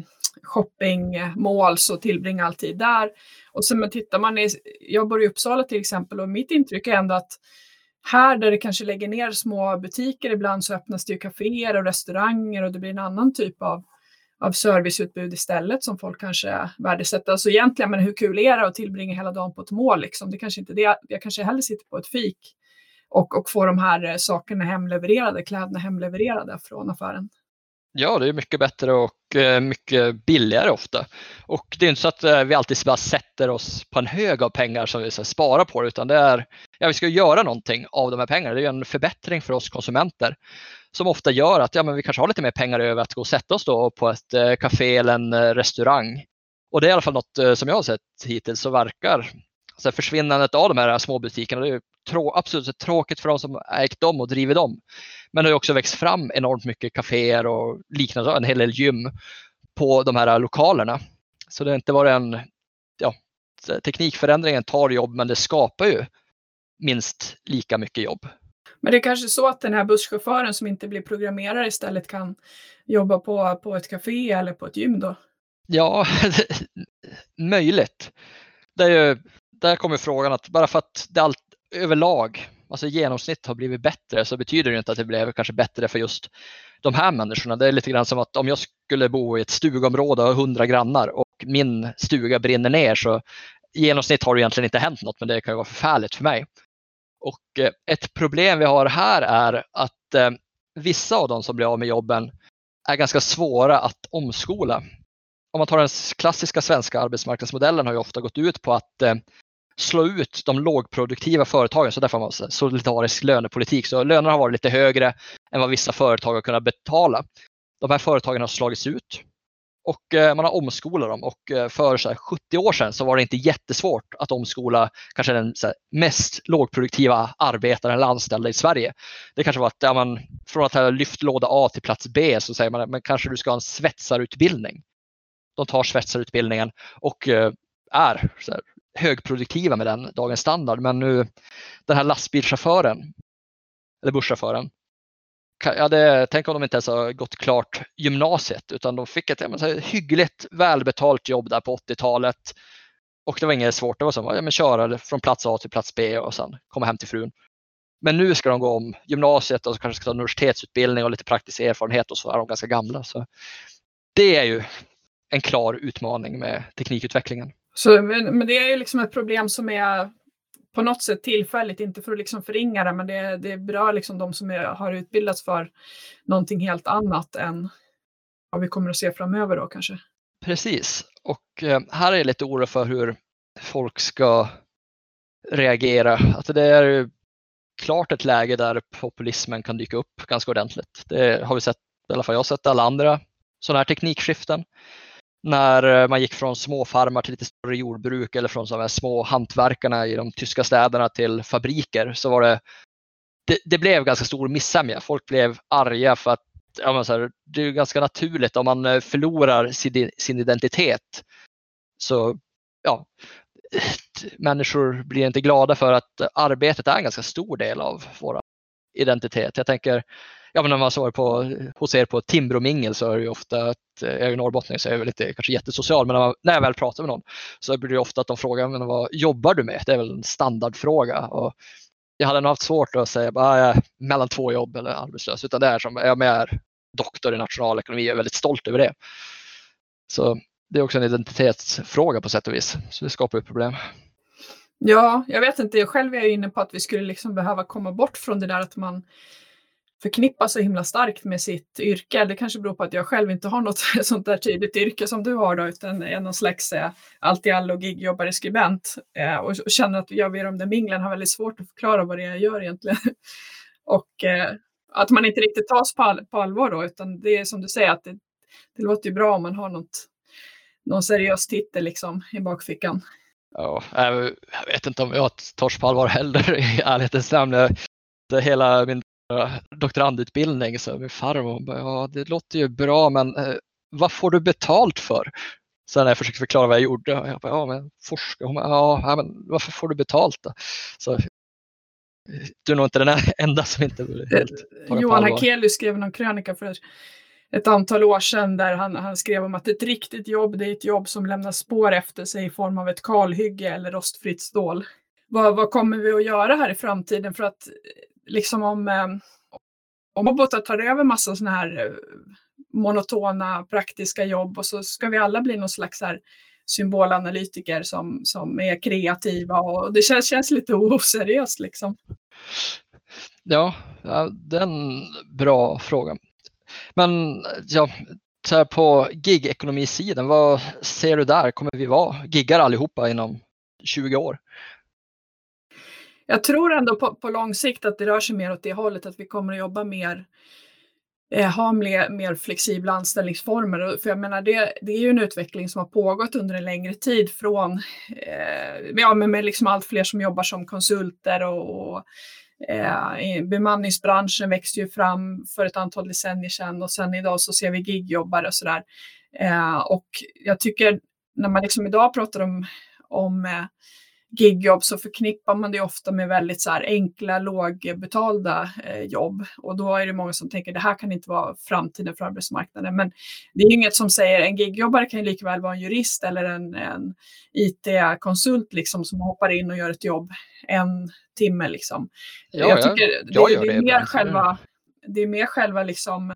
shoppingmål och tillbringa alltid där. Och sen tittar man jag bor i Uppsala till exempel, och mitt intryck är ändå att här där det kanske lägger ner små butiker, ibland så öppnas det ju kaféer och restauranger och det blir en annan typ av serviceutbud istället som folk kanske värdesätter. Alltså egentligen, men hur kul är det att tillbringa hela dagen på ett mål liksom? Det kanske inte det. Jag kanske hellre sitter på ett fik och får de här sakerna hemlevererade, kläderna hemlevererade från affären. Ja, det är mycket bättre och mycket billigare ofta. Och det är inte så att vi alltid bara sätter oss på en hög av pengar som vi ska spara på, utan det är, vi ska göra någonting av de här pengarna. Det är en förbättring för oss konsumenter som ofta gör att men vi kanske har lite mer pengar över att gå och sätta oss då på ett café eller en restaurang. Och det är i alla fall något som jag har sett hittills, så verkar så försvinnandet av de här små butikerna, det är absolut tråkigt för de som ägt dem och driver dem. Men det har också växt fram enormt mycket kaféer och liknande, en hel del gym på de här lokalerna. Så det har inte varit teknikförändringen tar jobb, men det skapar ju minst lika mycket jobb. Men det är kanske så att den här busschauffören som inte blir programmerare istället kan jobba på ett café eller på ett gym då? Ja, möjligt. Där kommer frågan att bara för att det allt överlag, alltså genomsnitt har blivit bättre, så betyder det inte att det blev kanske bättre för just de här människorna. Det är lite grann som att om jag skulle bo i ett stugområde och ha 100 grannar och min stuga brinner ner, så i genomsnitt har det egentligen inte hänt något, men det kan ju vara förfärligt för mig. Och ett problem vi har här är att vissa av de som blir av med jobben är ganska svåra att omskola. Om man tar den klassiska svenska arbetsmarknadsmodellen har ju ofta gått ut på att slå ut de lågproduktiva företagen, så därför har man solidarisk lönepolitik. Så lönerna har varit lite högre än vad vissa företag har kunnat betala. De här företagen har slagits ut och man har omskolat dem. Och för 70 år sedan så var det inte jättesvårt att omskola kanske den mest lågproduktiva arbetaren eller anställda i Sverige. Det kanske var att man från att ha lyft låda A till plats B, så säger man men kanske du ska ha en svetsarutbildning. De tar svetsarutbildningen och är högproduktiva med den dagens standard. Men nu den här lastbilschauffören eller busschauffören, tänk om de inte ens har gått klart gymnasiet, utan de fick ett hyggligt välbetalt jobb där på 80-talet och det var inget svårt. Det var som köra från plats A till plats B och sen komma hem till frun. Men nu ska de gå om gymnasiet och kanske ska ta universitetsutbildning och lite praktisk erfarenhet, och så är de ganska gamla. Så det är ju en klar utmaning med teknikutvecklingen. Så, men det är ju liksom ett problem som är på något sätt tillfälligt, inte för att liksom förringa det, men det berör liksom de som har utbildats för någonting helt annat än vad vi kommer att se framöver då kanske. Precis, och här är jag lite orolig för hur folk ska reagera. Att det är ju klart ett läge där populismen kan dyka upp ganska ordentligt. Det har vi sett, i alla fall jag har sett alla andra sådana här teknikskiften. När man gick från små farmar till lite större jordbruk, eller från sådana här små hantverkarna i de tyska städerna till fabriker, så var det blev ganska stor missämja. Folk blev arga för att det är ganska naturligt om man förlorar sin identitet. Så människor blir inte glada för att arbetet är en ganska stor del av vår identitet. Jag tänker, när man såg hos er på Timbromingel, så är det ju ofta att jag är norrbottning, så är jag lite kanske jättesocial, men när jag väl pratar med någon så blir det ofta att de frågar men vad jobbar du med? Det är väl en standardfråga, och jag hade nog haft svårt att säga jag är mellan 2 jobb eller arbetslös, utan det är som jag är doktor i nationalekonomi och är väldigt stolt över det. Så det är också en identitetsfråga på sätt och vis, så det skapar ett problem. Ja, jag vet inte, jag själv är inne på att vi skulle liksom behöva komma bort från det där att man förknippar så himla starkt med sitt yrke. Det kanske beror på att jag själv inte har något sånt där tydligt yrke som du har då, utan är någon slags allt i allo gigjobbare skribent och känner att jag vid de där minglen har väldigt svårt att förklara vad det är jag gör egentligen. Och att man inte riktigt tas på allvar då, utan det är som du säger att det låter ju bra om man har någon seriös titel liksom i bakfickan. Ja, jag vet inte om jag tas på allvar heller i ärlighetens namn. Det hela min doktorandutbildning, så min farmor det låter ju bra, men vad får du betalt för? Sen när jag försökte förklara vad jag gjorde, jag bara, men forska. Men varför får du betalt då? Så du är nog inte den enda som inte helt Johan Hakelius skrev någon krönika för ett antal år sedan där han skrev om att ett riktigt jobb, det är ett jobb som lämnar spår efter sig i form av ett kalhygge eller rostfritt stål. vad kommer vi att göra här i framtiden? För att liksom om robotar tar över massa såna här monotona praktiska jobb och så ska vi alla bli någon slags här symbolanalytiker som är kreativa, och det känns lite oseriöst liksom. Ja, det är en bra fråga. Men ja, så här på gig-ekonomisidan, vad ser du där? Kommer vi vara giggar allihopa inom 20 år? Jag tror ändå på lång sikt att det rör sig mer åt det hållet, att vi kommer att jobba mer, ha mer flexibla anställningsformer. För jag menar, det är ju en utveckling som har pågått under en längre tid från med liksom allt fler som jobbar som konsulter och bemanningsbranschen växte ju fram för ett antal decennier sedan, och sen idag så ser vi gigjobbare och sådär. Och jag tycker när man liksom idag pratar om gigjobb så förknippar man det ofta med väldigt så här enkla, lågbetalda jobb. Och då är det många som tänker det här kan inte vara framtiden för arbetsmarknaden. Men det är inget som säger en gigjobbare kan ju lika väl vara en jurist eller en IT-konsult liksom, som hoppar in och gör ett jobb en timme. Liksom. Ja, jag tycker det är mer själva, det är mer själva liksom,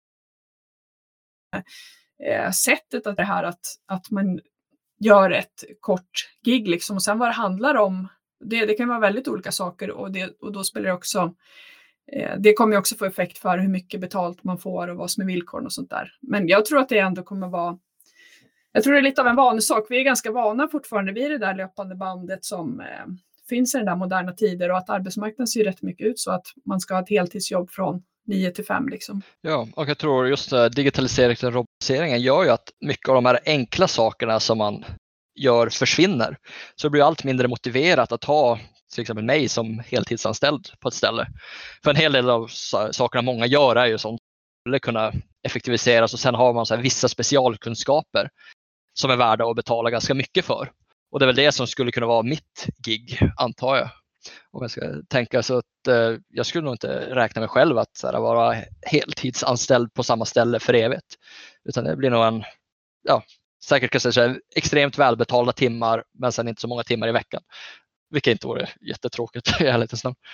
sättet att det här att man gör ett kort gig liksom, och sen vad det handlar om, det kan vara väldigt olika saker, och då spelar det också, det kommer ju också få effekt för hur mycket betalt man får och vad som är villkoren och sånt där. Men jag tror att det ändå kommer vara, jag tror det är lite av en vanesak. Vi är ganska vana fortfarande vid det där löpande bandet som finns i den där moderna tider, och att arbetsmarknaden ser rätt mycket ut så att man ska ha ett heltidsjobb från 9 till 5 liksom. Ja, och jag tror just digitaliseringen och robotiseringen gör ju att mycket av de här enkla sakerna som man gör försvinner. Så det blir allt mindre motiverat att ha till exempel mig som heltidsanställd på ett ställe. För en hel del av sakerna många gör är ju sånt som skulle kunna effektiviseras, och sen har man så här vissa specialkunskaper som är värda att betala ganska mycket för. Och det är väl det som skulle kunna vara mitt gig, antar jag. Om jag ska tänka så att jag skulle nog inte räkna mig själv att så här, vara heltidsanställd på samma ställe för evigt. Utan det blir nog säkert kanske extremt välbetalda timmar, men sen inte så många timmar i veckan. Vilket inte vore jättetråkigt i ärlighetens namn.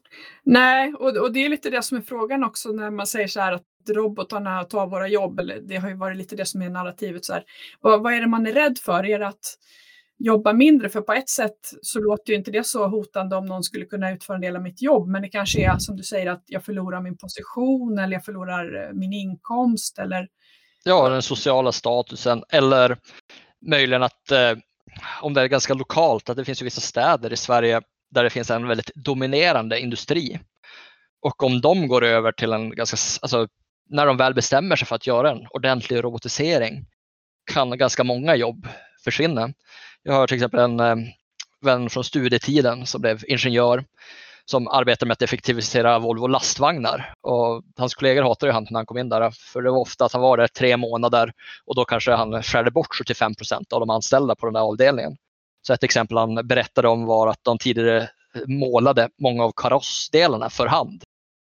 Nej, och det är lite det som är frågan också när man säger så här att robotarna tar våra jobb. Eller det har ju varit lite det som är narrativet. Så här. Vad är det man är rädd för? Är det att jobba mindre? För på ett sätt så låter ju inte det så hotande om någon skulle kunna utföra en del av mitt jobb. Men det kanske är som du säger att jag förlorar min position eller jag förlorar min inkomst. Eller... Ja, den sociala statusen. Eller möjligen att om det är ganska lokalt, att det finns ju vissa städer i Sverige där det finns en väldigt dominerande industri. Och om de går över till en ganska, alltså när de väl bestämmer sig för att göra en ordentlig robotisering kan ganska många jobb försvinna. Jag har till exempel en vän från studietiden som blev ingenjör som arbetar med att effektivisera Volvo lastvagnar. Och hans kollegor hatade han när han kom in där, för det var ofta att han var där 3 månader och då kanske han skärde bort 75% av de anställda på den där avdelningen. Så ett exempel han berättade om var att de tidigare målade många av karossdelarna för hand.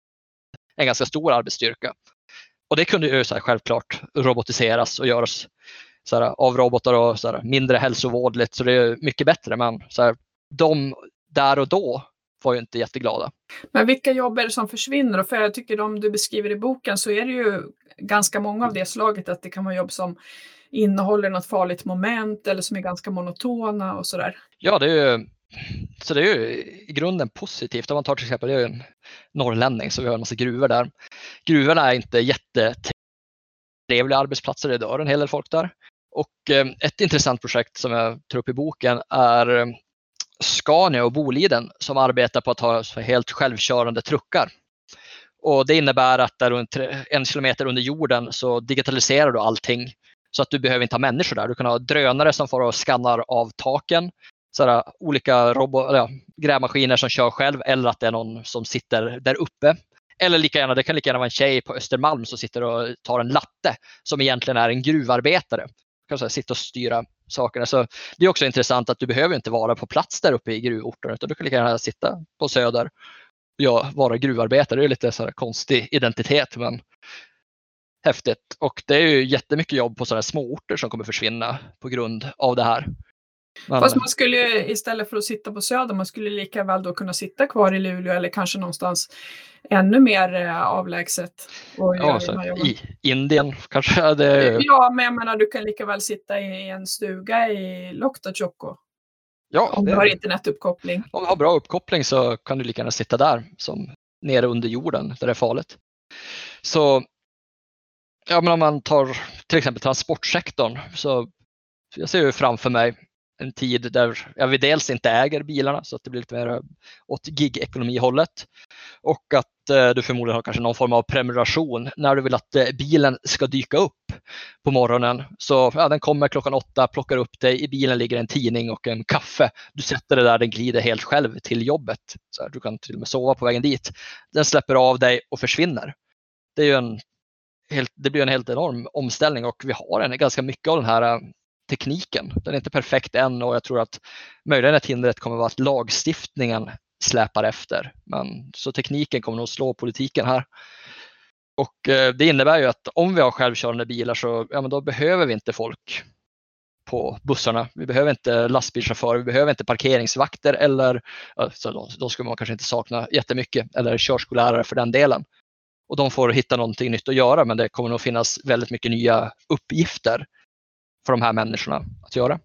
En ganska stor arbetsstyrka. Och det kunde ju så här, självklart robotiseras och göras så här, av robotar och så här, mindre hälsovårdligt, så det är mycket bättre. Men så här, de där och då var ju inte jätteglada. Men vilka jobb är det som försvinner? För jag tycker de du beskriver i boken så är det ju ganska många av det slaget, att det kan vara jobb som innehåller något farligt moment eller som är ganska monotona och sådär. Ja, det är ju i grunden positivt. Om man tar till exempel, det är ju en norrlänning så vi har en massa gruvor där. Gruvorna är inte jättetrevliga arbetsplatser, det dör en hel del folk där. Och ett intressant projekt som jag tar upp i boken är Scania och Boliden som arbetar på att ha helt självkörande truckar. Och det innebär att där runt 1 kilometer under jorden så digitaliserar du allting så att du behöver inte ha människor där. Du kan ha drönare som får och skannar av taken, sådär, olika grävmaskiner som kör själv, eller att det är någon som sitter där uppe. Eller det kan lika gärna vara en tjej på Östermalm som sitter och tar en latte som egentligen är en gruvarbetare. Kan så här, sitta och styra sakerna. Så det är också intressant att du behöver inte vara på plats där uppe i gruvorten, utan du kan lika gärna sitta på Söder och vara gruvarbetare. Det är lite så här konstig identitet, men häftigt. Och det är ju jättemycket jobb på sådana små orter som kommer försvinna på grund av det här. Fast man skulle ju istället för att sitta på Söder, man skulle lika väl då kunna sitta kvar i Luleå eller kanske någonstans ännu mer avlägset. Ja, så i Indien kanske. Ja, men jag menar du kan lika väl sitta i en stuga i Loktachoco. Ja, om du har internetuppkoppling. Om du har bra uppkoppling så kan du lika gärna sitta där som nere under jorden där det är farligt. Så ja, men om man tar till exempel transportsektorn, så jag ser ju framför mig en tid där vi dels inte äger bilarna så att det blir lite mer åt gig-ekonomi-hållet, och att du förmodligen har kanske någon form av prenumeration när du vill att bilen ska dyka upp på morgonen. Så den kommer 8:00, plockar upp dig, i bilen ligger en tidning och en kaffe. Du sätter det där, den glider helt själv till jobbet. Så du kan till och med sova på vägen dit. Den släpper av dig och försvinner. Det är ju det blir en helt enorm omställning, och vi har ganska mycket av den här tekniken. Den är inte perfekt än, och jag tror att möjligen ett hindret kommer att vara att lagstiftningen släpar efter. Men så tekniken kommer nog slå politiken här. Och det innebär ju att om vi har självkörande bilar så men då behöver vi inte folk på bussarna. Vi behöver inte lastbilschaufförer, vi behöver inte parkeringsvakter, eller så då skulle man kanske inte sakna jättemycket, eller körskollärare för den delen. Och de får hitta någonting nytt att göra, men det kommer nog finnas väldigt mycket nya uppgifter för de här människorna att göra.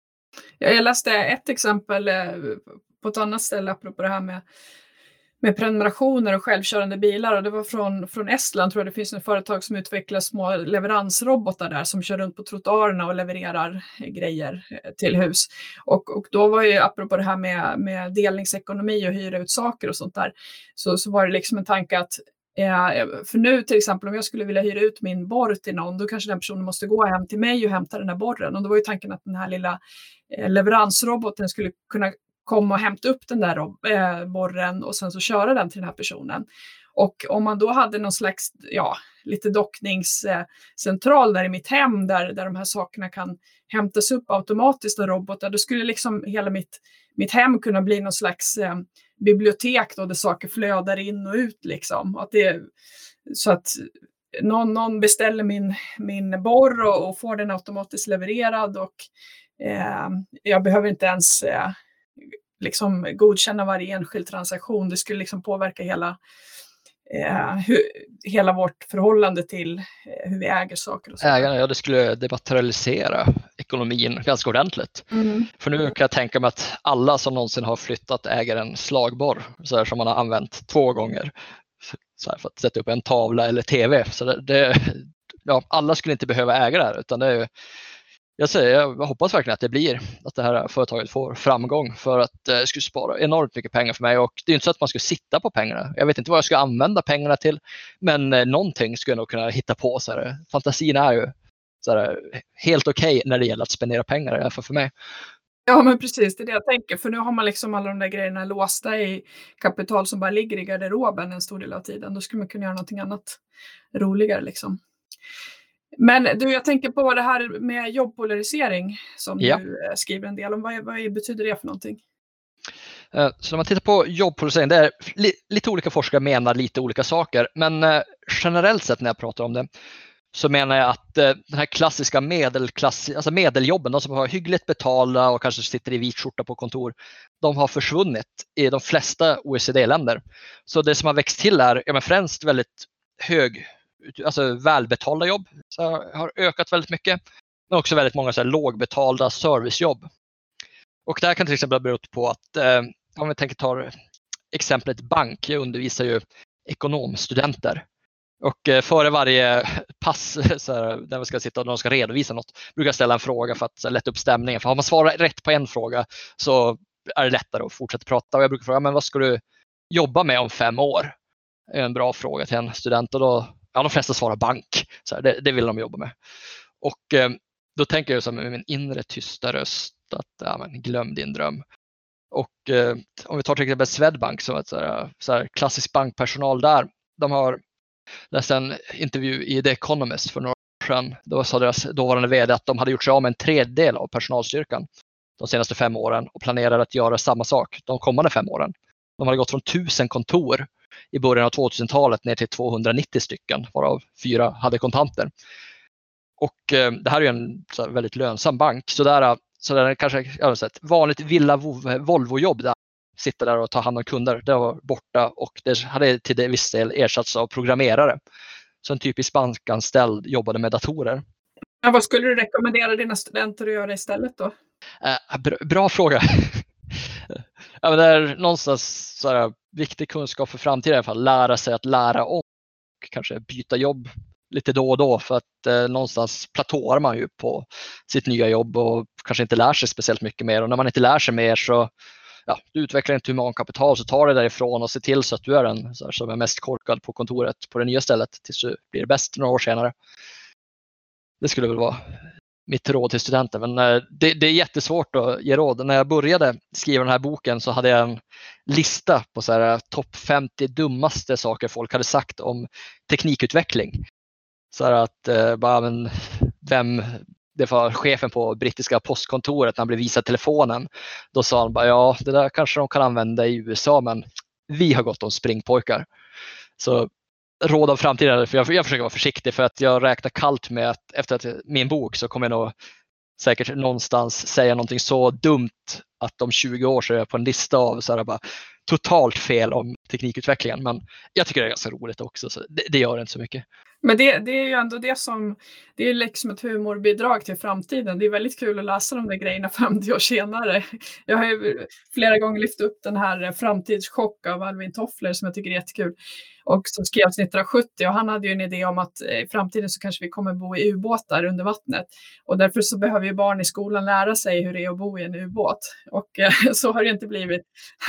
Jag läste ett exempel på ett annat ställe apropå det här med prenumerationer och självkörande bilar, och det var från Estland, tror jag. Det finns ett företag som utvecklar små leveransrobotar där som kör runt på trottoarerna och levererar grejer till hus. Och då var ju, apropå det här med delningsekonomi och hyra ut saker och sånt där, så var det liksom en tanke att för nu till exempel om jag skulle vilja hyra ut min borr till någon, då kanske den personen måste gå hem till mig och hämta den här borren, och då var ju tanken att den här lilla leveransroboten skulle kunna komma och hämta upp den där borren och sen så köra den till den här personen. Och om man då hade någon slags lite dockningscentral där i mitt hem där de här sakerna kan hämtas upp automatiskt av robotar, då skulle liksom hela mitt hem kunna bli någon slags bibliotek då, där saker flödar in och ut liksom. Och så att någon beställer min borr och får den automatiskt levererad, och jag behöver inte ens liksom godkänna varje enskild transaktion. Det skulle liksom påverka hela vårt förhållande till hur vi äger saker och så. Det skulle dematerialisera ekonomin ganska ordentligt. För nu kan jag tänka mig att alla som någonsin har flyttat äger en slagborr så här, som man har använt 2 gånger så här, för att sätta upp en tavla eller tv. Så alla skulle inte behöva äga det här, utan det är jag hoppas verkligen att det här företaget får framgång, för att det skulle spara enormt mycket pengar för mig. Och det är inte så att man ska sitta på pengarna. Jag vet inte vad jag ska använda pengarna till, men någonting skulle jag nog kunna hitta på. Så här. Fantasin är ju så här, helt okej när det gäller att spendera pengar, i alla fall för mig. Ja, men precis, det är det jag tänker. För nu har man liksom alla de där grejerna låsta i kapital som bara ligger i garderoben en stor del av tiden. Då skulle man kunna göra någonting annat roligare liksom. Men du, jag tänker på det här med jobbpolarisering som du skriver en del om. Vad betyder det för någonting? Så när man tittar på jobbpolarisering, det är lite olika forskare menar lite olika saker. Men generellt sett när jag pratar om det så menar jag att den här klassiska medeljobben, de som har hyggligt betalda och kanske sitter i vit skjorta på kontor, de har försvunnit i de flesta OECD-länder. Så det som har växt till är främst väldigt välbetalda jobb, så har ökat väldigt mycket, men också väldigt många så här lågbetalda servicejobb. Och det här kan till exempel bero på att om vi tänker ta exemplet bank, jag undervisar ju ekonomstudenter, och före varje pass så här, där vi ska sitta och de ska redovisa något, brukar jag ställa en fråga för att så här, lätta upp stämningen, för har man svarat rätt på en fråga så är det lättare att fortsätta prata. Och jag brukar fråga, men vad ska du jobba med om 5 år? Det är en bra fråga till en student, och då de flesta svarar bank. Så här, det vill de jobba med. Och då tänker jag med min inre tysta röst att glöm din dröm. Och om vi tar till exempel Swedbank, som ett så här klassisk bankpersonal där. De har läst en intervju i The Economist för några år sedan. Då sa deras dåvarande vd att de hade gjort sig av med en 1/3 av personalstyrkan de senaste 5 åren och planerade att göra samma sak de kommande 5 åren. De hade gått från 1000 kontor i början av 2000-talet ner till 290 stycken, varav 4 hade kontanter. Och det här är ju en så här väldigt lönsam bank. Så där Så det är kanske ett vanligt villa Volvo-jobb där. Sitter där och tar hand om kunder. Det var borta och det hade till det viss del ersatts av programmerare. Så en typisk bankanställd jobbade med datorer. Ja, vad skulle du rekommendera dina studenter att göra istället då? Bra fråga. Ja, men det är någonstans så här, viktig kunskap för framtiden i alla fall. Lära sig att lära om och kanske byta jobb lite då och då, för att någonstans platåar man ju på sitt nya jobb och kanske inte lär sig speciellt mycket mer. Och när man inte lär sig mer så du utvecklar inte humankapital, så tar det därifrån och se till så att du är den så här, som är mest korkad på kontoret på det nya stället tills du blir bäst några år senare. Det skulle väl vara mitt råd till studenter, men det är jättesvårt att ge råd. När jag började skriva den här boken så hade jag en lista på så här topp 50 dummaste saker folk hade sagt om teknikutveckling. Så här att det var chefen på brittiska postkontoret när han blev visad telefonen. Då sa han bara, det där kanske de kan använda i USA, men vi har gått om springpojkar. Så råd av framtiden, för jag försöker vara försiktig, för att jag räknar kallt med att efter min bok så kommer jag nog säkert någonstans säga någonting så dumt att om 20 år så är jag på en lista av så här bara totalt fel om teknikutvecklingen. Men jag tycker det är ganska roligt också, så det gör inte så mycket. Men det är ju ändå det är liksom ett humorbidrag till framtiden. Det är väldigt kul att läsa de där grejerna 50 år senare. Jag har ju flera gånger lyft upp den här Framtidschock av Alvin Toffler som jag tycker är jättekul. Och som skrevs 1970, och han hade ju en idé om att i framtiden så kanske vi kommer bo i ubåtar under vattnet. Och därför så behöver ju barn i skolan lära sig hur det är att bo i en ubåt. Och så har det inte blivit.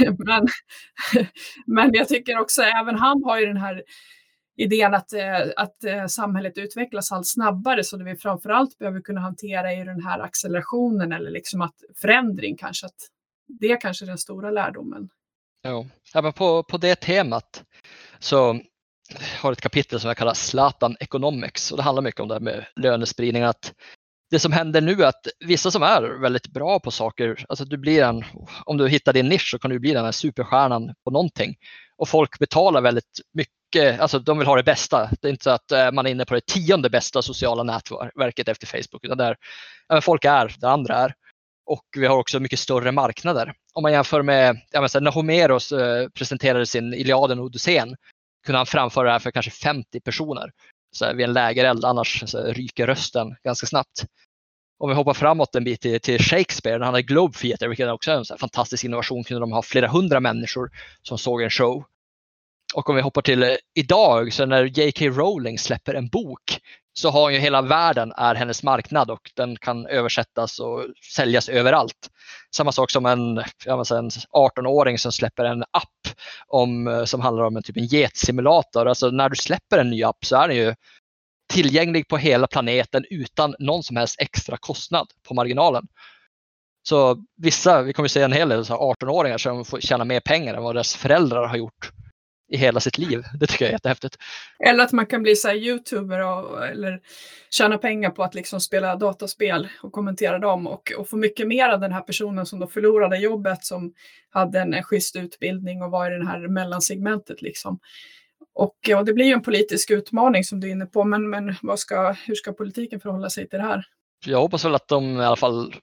Men jag tycker också, även han har ju den här idén att samhället utvecklas allt snabbare, så det vi framförallt behöver kunna hantera i den här accelerationen, eller liksom att förändring kanske, att det är kanske den stora lärdomen. Ja, men på det temat så har ett kapitel som jag kallar Zlatan Economics, och det handlar mycket om det här med lönespridning, att det som händer nu är att vissa som är väldigt bra på saker, alltså om du hittar din nisch så kan du bli den här superstjärnan på någonting, och folk betalar väldigt mycket, alltså de vill ha det bästa. Det är inte så att man är inne på det 10:e bästa sociala nätverket efter Facebook, utan där folk är där andra är. Och vi har också mycket större marknader. Om man jämför med när Homeros presenterade sin Iliaden och Odysseen, kunde han framföra det här för kanske 50 personer. Så här, vid en lägereld, annars så ryker rösten ganska snabbt. Om vi hoppar framåt en bit till Shakespeare, när han hade Globe Theatre, vilket är också en så här fantastisk innovation, kunde de ha flera 100 människor som såg en show. Och om vi hoppar till idag, så när J.K. Rowling släpper en bok, så har ju hela världen är hennes marknad, och den kan översättas och säljas överallt. Samma sak som en 18-åring som släpper en app som handlar om en getsimulator. Alltså när du släpper en ny app så är den ju tillgänglig på hela planeten utan någon som helst extra kostnad på marginalen. Så vi kommer se en hel del 18-åringar som får tjäna mer pengar än vad deras föräldrar har gjort i hela sitt liv. Det tycker jag är jättehäftigt. Eller att man kan bli så här YouTuber eller tjäna pengar på att liksom spela dataspel och kommentera dem, och få mycket mer av den här personen som då förlorade jobbet, som hade en schysst utbildning och var i den här mellansegmentet liksom. Och det blir ju en politisk utmaning som du är inne på, men hur ska politiken förhålla sig till det här? Jag hoppas väl att de i alla fall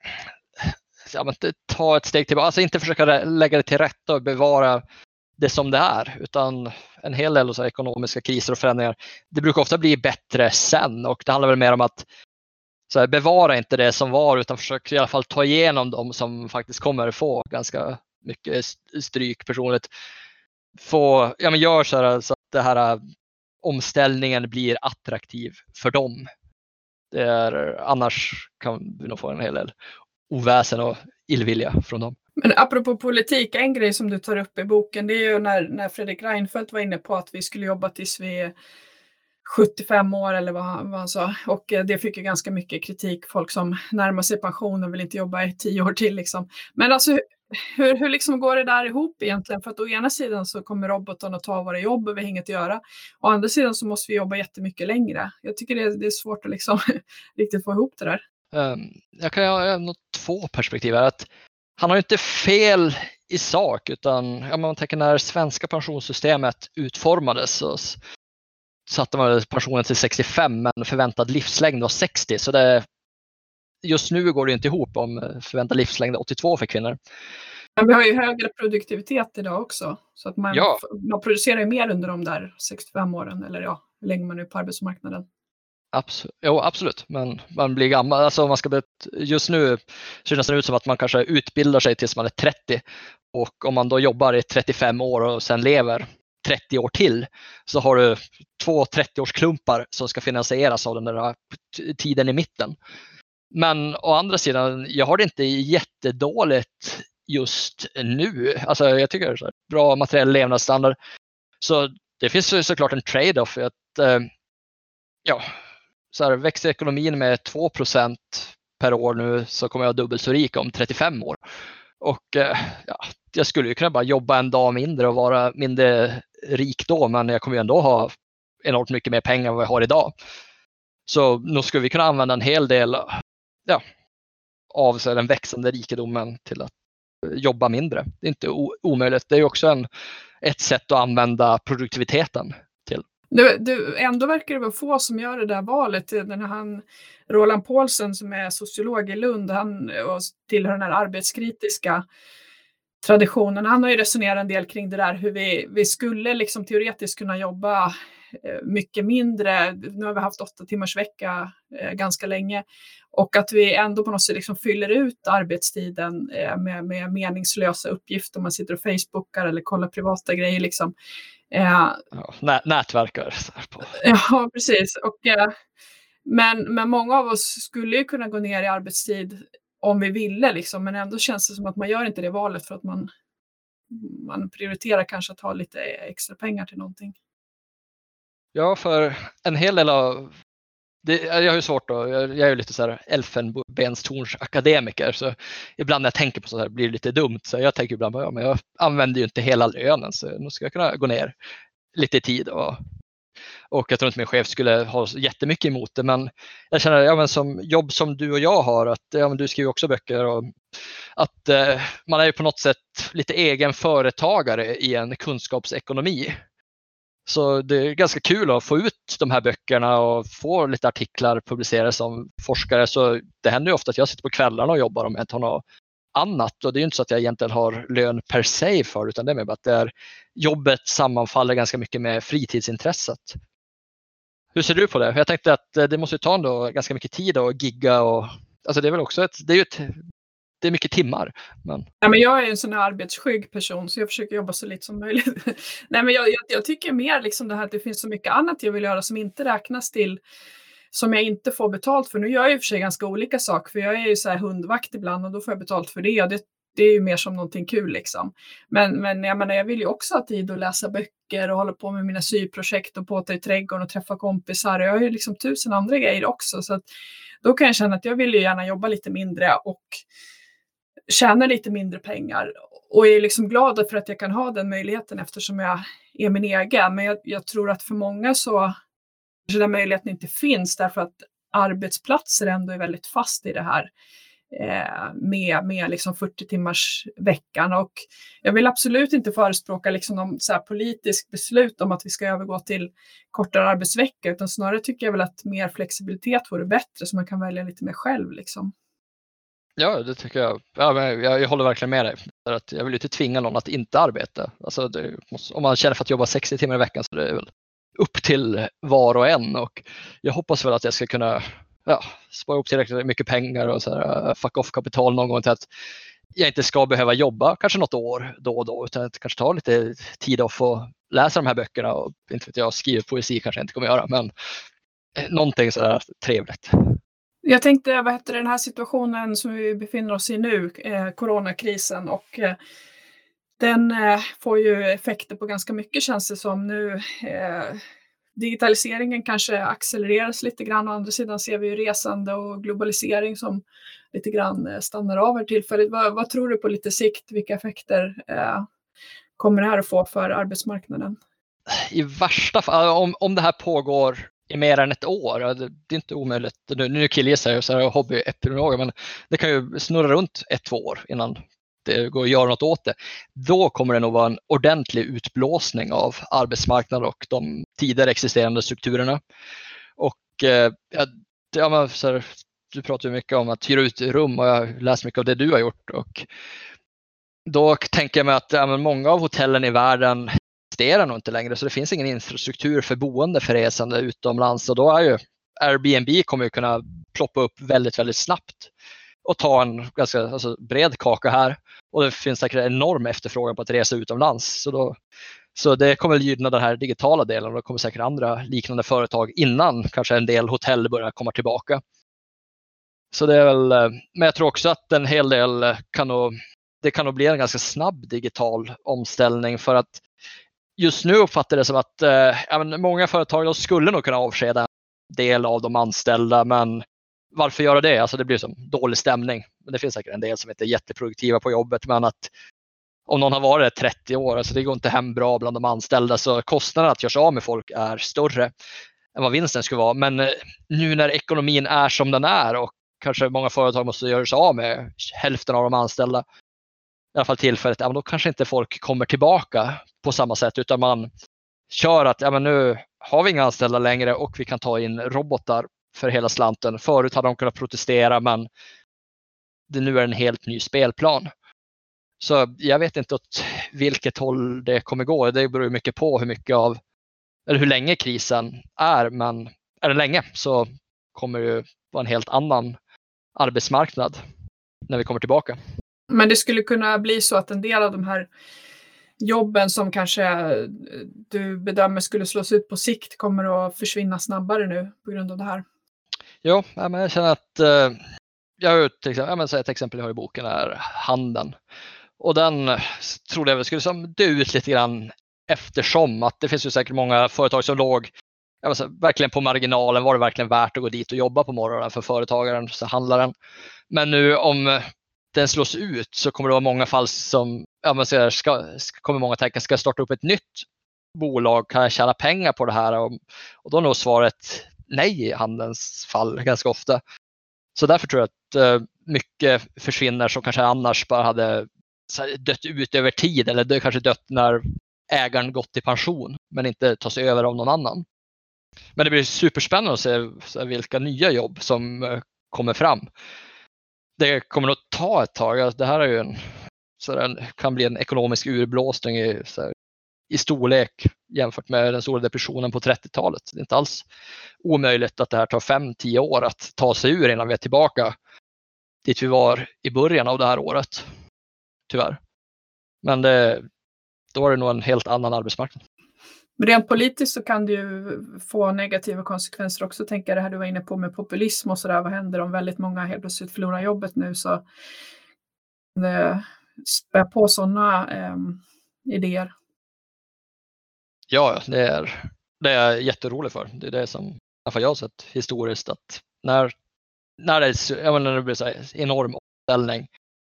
ta ett steg tillbaka, alltså inte försöka lägga det till rätta och bevara det som det är, utan en hel del så ekonomiska kriser och förändringar, det brukar ofta bli bättre sen, och det handlar väl mer om att så här, bevara inte det som var, utan försöka i alla fall ta igenom de som faktiskt kommer få ganska mycket stryk personligt. Gör så att det här omställningen blir attraktiv för dem. Annars kan vi nog få en hel del oväsen och illvilja från dem. Men apropå politik, en grej som du tar upp i boken, det är ju när Fredrik Reinfeldt var inne på att vi skulle jobba tills vi är 75 år eller vad han sa. Och det fick ju ganska mycket kritik. Folk som närmar sig pensionen vill inte jobba i 10 år till liksom. Men alltså hur liksom går det där ihop egentligen? För att å ena sidan så kommer robotarna att ta våra jobb och vi har inget att göra. Å andra sidan så måste vi jobba jättemycket längre. Jag tycker det är svårt att liksom riktigt få ihop det där. Jag kan ha nog 2 perspektiv här. Att han har inte fel i sak, utan man tänker när svenska pensionssystemet utformades så satte man pensionen till 65, men förväntad livslängd var 60. Så det just nu går det inte ihop om förväntad livslängd 82 för kvinnor. Men vi har ju högre produktivitet idag också. Så att man producerar ju mer under de där 65 åren. Eller hur länge man är på arbetsmarknaden. Absolut. Men man blir gammal. Alltså just nu ser det nästan ut som att man kanske utbildar sig tills man är 30. Och om man då jobbar i 35 år och sen lever 30 år till, så har du 2 30-årsklumpar som ska finansieras av den där tiden i mitten. Men å andra sidan, jag har det inte jättedåligt just nu. Alltså jag tycker det är bra materiell levnadsstandard. Så det finns såklart en trade-off. Växer ekonomin med 2% per år nu, så kommer jag dubbelt så rik om 35 år. Och jag skulle ju kunna bara jobba en dag mindre och vara mindre rik då, men jag kommer ju ändå ha enormt mycket mer pengar än vad jag har idag. Så nu skulle vi kunna använda en hel del av den växande rikedomen till att jobba mindre. Det är inte omöjligt. Det är ju också ett sätt att använda produktiviteten till. Ändå verkar det vara få som gör det där valet. Roland Paulsen som är sociolog i Lund, han tillhör den här arbetskritiska traditionen. Han har ju resonerat en del kring det där hur vi skulle liksom teoretiskt kunna jobba mycket mindre. Nu har vi haft 8 timmars vecka ganska länge, och att vi ändå på något sätt liksom fyller ut arbetstiden med meningslösa uppgifter. Man sitter och facebookar eller kollar privata grejer liksom. Nätverkar. Ja, precis. Men många av oss skulle ju kunna gå ner i arbetstid om vi ville liksom, men ändå känns det som att man gör inte det valet för att man prioriterar kanske att ha lite extra pengar till någonting. Ja, för en hel del av det, jag har ju svårt då, jag är ju lite så här elfenbenstorns akademiker, så ibland när jag tänker på så här blir det lite dumt, så jag tänker ibland men jag använder ju inte hela lönen, så nu ska jag kunna gå ner lite i tid och jag tror inte min chef skulle ha jättemycket emot det, men jag känner som jobb som du och jag har, att du skriver också böcker, och att man är ju på något sätt lite egen företagare i en kunskapsekonomi. Så det är ganska kul att få ut de här böckerna och få lite artiklar publicerade som forskare. Så det händer ju ofta att jag sitter på kvällarna och jobbar om jag inte har något annat. Och det är ju inte så att jag egentligen har lön per se för, utan det är med att jobbet sammanfaller ganska mycket med fritidsintresset. Hur ser du på det? Jag tänkte att det måste ta ändå ganska mycket tid att gigga. Alltså det är väl också det är mycket timmar. Men jag är en sån här arbetsskygg person, så jag försöker jobba så lite som möjligt. Nej, men jag tycker mer liksom det här att det finns så mycket annat jag vill göra som inte räknas till, som jag inte får betalt för. Nu gör jag i och för sig ganska olika saker, för jag är ju så här hundvakt ibland och då får jag betalt för det. Och det är ju mer som någonting kul liksom. Men jag menar, jag vill ju också ha tid att läsa böcker och hålla på med mina syprojekt och påta i trädgården och träffa kompisar. Jag har ju liksom 1000 andra grejer också, så att då kan jag känna att jag vill ju gärna jobba lite mindre och tjäna lite mindre pengar, och är liksom glad för att jag kan ha den möjligheten eftersom jag är min egen. Men jag tror att för många så den möjligheten inte finns, därför att arbetsplatser ändå är väldigt fast i det här med liksom 40 timmars veckan. Och jag vill absolut inte förespråka liksom någon så här politisk beslut om att vi ska övergå till kortare arbetsvecka, utan snarare tycker jag väl att mer flexibilitet vore bättre, så man kan välja lite mer själv liksom. Ja, det tycker jag. Ja, men jag håller verkligen med dig. Att jag vill inte tvinga någon att inte arbeta. Alltså om man känner för att jobba 60 timmar i veckan, så det är väl upp till var och en. Och jag hoppas väl att jag ska kunna spara upp tillräckligt mycket pengar och så här, fuck off kapital någon gång till att jag inte ska behöva jobba kanske något år då och då, utan att kanske ta lite tid att få läsa de här böckerna. Och inte vet jag, skriva poesi kanske jag inte kommer göra, men någonting så där trevligt. Jag tänkte, den här situationen som vi befinner oss i nu, coronakrisen, och den får ju effekter på ganska mycket, känns det som nu. Digitaliseringen kanske accelereras lite grann, å andra sidan ser vi ju resande och globalisering som lite grann stannar av här tillfället. Vad tror du på lite sikt, vilka effekter kommer det här att få för arbetsmarknaden? I värsta fall, om det här pågår i mer än ett år, det är inte omöjligt. Nu killgissar jag så här hobbyepidemiologer, men det kan ju snurra runt 1-2 år innan det går att göra något åt det. Då kommer det nog vara en ordentlig utblåsning av arbetsmarknaden och de tidigare existerande strukturerna. Och du pratar ju mycket om att hyra ut rum och jag har läst mycket av det du har gjort. Och då tänker jag mig att många av hotellen i världen existerar nog inte längre, så det finns ingen infrastruktur för boende för resande utomlands. Och då är ju Airbnb kommer ju kunna ploppa upp väldigt, väldigt snabbt och ta en ganska bred kaka här. Och det finns säkert enorm efterfrågan på att resa utomlands. Så det kommer gynna den här digitala delen och det kommer säkert andra liknande företag innan kanske en del hotell börjar komma tillbaka. Så det är väl, men jag tror också att en hel del kan nog bli en ganska snabb digital omställning, för att just nu uppfattar det som att många företag skulle nog kunna avskeda en del av de anställda, men varför göra det? Alltså det blir som dålig stämning. Men det finns säkert en del som inte är jätteproduktiva på jobbet, men att om någon har varit 30 år, alltså det går inte hem bra bland de anställda, så kostnaden att göra sig av med folk är större än vad vinsten skulle vara. Men nu när ekonomin är som den är och kanske många företag måste göra sig av med hälften av de anställda, i alla fall tillfället, då kanske inte folk kommer tillbaka på samma sätt, utan man kör att nu har vi inga anställda längre och vi kan ta in robotar för hela slanten. Förut hade de kunnat protestera, men nu är en helt ny spelplan. Så jag vet inte åt vilket håll det kommer gå. Det beror mycket på hur länge krisen är, men är det länge så kommer det vara en helt annan arbetsmarknad när vi kommer tillbaka. Men det skulle kunna bli så att en del av de här jobben som kanske du bedömer skulle slås ut på sikt kommer att försvinna snabbare nu på grund av det här. Ja, men jag känner att jag har ett exempel jag har i boken är handeln. Och den trodde jag skulle som dö ut lite grann, eftersom att det finns ju säkert många företag som låg verkligen på marginalen. Var det verkligen värt att gå dit och jobba på morgonen för företagaren, så handlaren. Men nu om den slås ut så kommer det vara många fall som kommer många tänka, ska jag starta upp ett nytt bolag, kan jag tjäna pengar på det här? Och då är nog svaret nej i handelns fall ganska ofta. Så därför tror jag att mycket försvinner som kanske annars bara hade dött ut över tid, eller det kanske dött när ägaren gått i pension men inte tas över av någon annan. Men det blir superspännande att se vilka nya jobb som kommer fram. Det kommer nog ta ett tag. Det här är ju kan bli en ekonomisk urblåsning i storlek jämfört med den stora depressionen på 30-talet. Det är inte alls omöjligt att det här tar 5-10 år att ta sig ur innan vi är tillbaka dit vi var i början av det här året. Tyvärr. Men då är det nog en helt annan arbetsmarknad. Men rent politiskt så kan det ju få negativa konsekvenser också. Tänker det här du var inne på med populism och sådär. Vad händer om väldigt många helt plötsligt förlorar jobbet nu? Så spär på sådana idéer. Ja, det är jag jätterolig för. Det är det som jag har sett historiskt, att när det blir så här enorm omställning,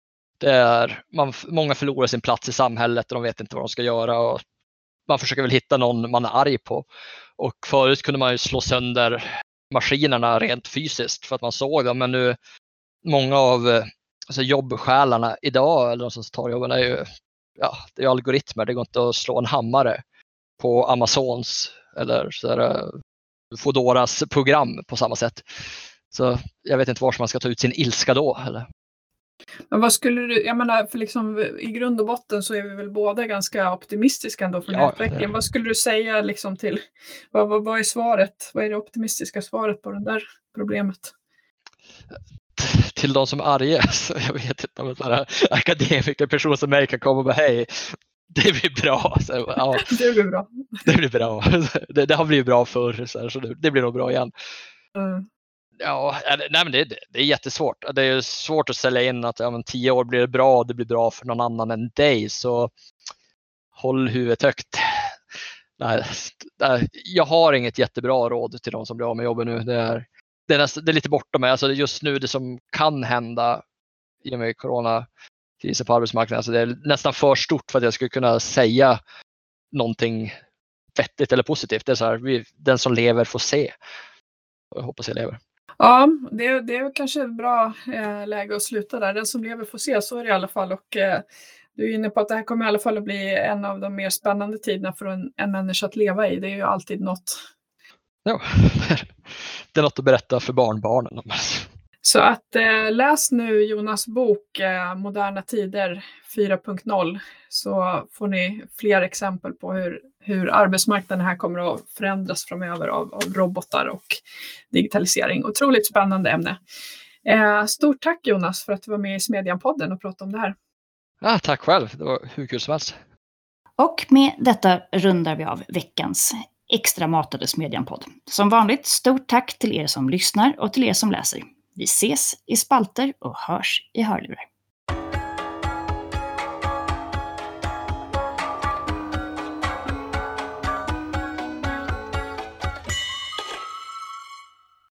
många förlorar sin plats i samhället och de vet inte vad de ska göra, och man försöker väl hitta någon man är arg på. Och förut kunde man ju slå sönder maskinerna rent fysiskt för att man såg dem, men nu många av jobbsjälarna idag, eller de som tar jobben, det är algoritmer. Det går inte att slå en hammare på Amazons eller Fodoras program på samma sätt. Så jag vet inte var man ska ta ut sin ilska då. Eller? Men vad skulle du, jag menar, för liksom i grund och botten så är vi väl båda ganska optimistiska ändå för utvecklingen. Vad skulle du säga liksom till, vad är svaret? Vad är det optimistiska svaret på det där problemet? Till de som är arga, så jag vet inte om en akademiker person som mig kan komma och bara hej, det blir bra. Så, ja, det blir bra. Det blir bra. Det har blivit bra förr, så det blir nog bra igen. Ja, nej, men det är jättesvårt. Det är svårt att sälja in att 10 år blir det bra, det blir bra för någon annan än dig, så håll huvudet högt. Nej, jag har inget jättebra råd till de som blir av med jobben nu. Det är lite bortom mig. Alltså just nu det som kan hända i och med coronakrisen på arbetsmarknaden, alltså det är nästan för stort för att jag skulle kunna säga någonting vettigt eller positivt. Det är så här, den som lever får se. Jag hoppas jag lever. Ja, det är kanske ett bra läge att sluta där. Den som lever får se, så är det i alla fall. Och du är inne på att det här kommer i alla fall att bli en av de mer spännande tiderna för en människa att leva i. Det är ju alltid något. Ja, det är något att berätta för barnbarnen. Så att läs nu Jonas bok Moderna tider 4.0 så får ni fler exempel på hur arbetsmarknaden här kommer att förändras framöver av robotar och digitalisering. Otroligt spännande ämne. Stort tack Jonas för att du var med i Smedjan-podden och pratade om det här. Ja, tack själv, det var hur kul som helst. Och med detta rundar vi av veckans extra matade Smedjan-podd. Som vanligt, stort tack till er som lyssnar och till er som läser. Vi ses i spalter och hörs i hörlurar.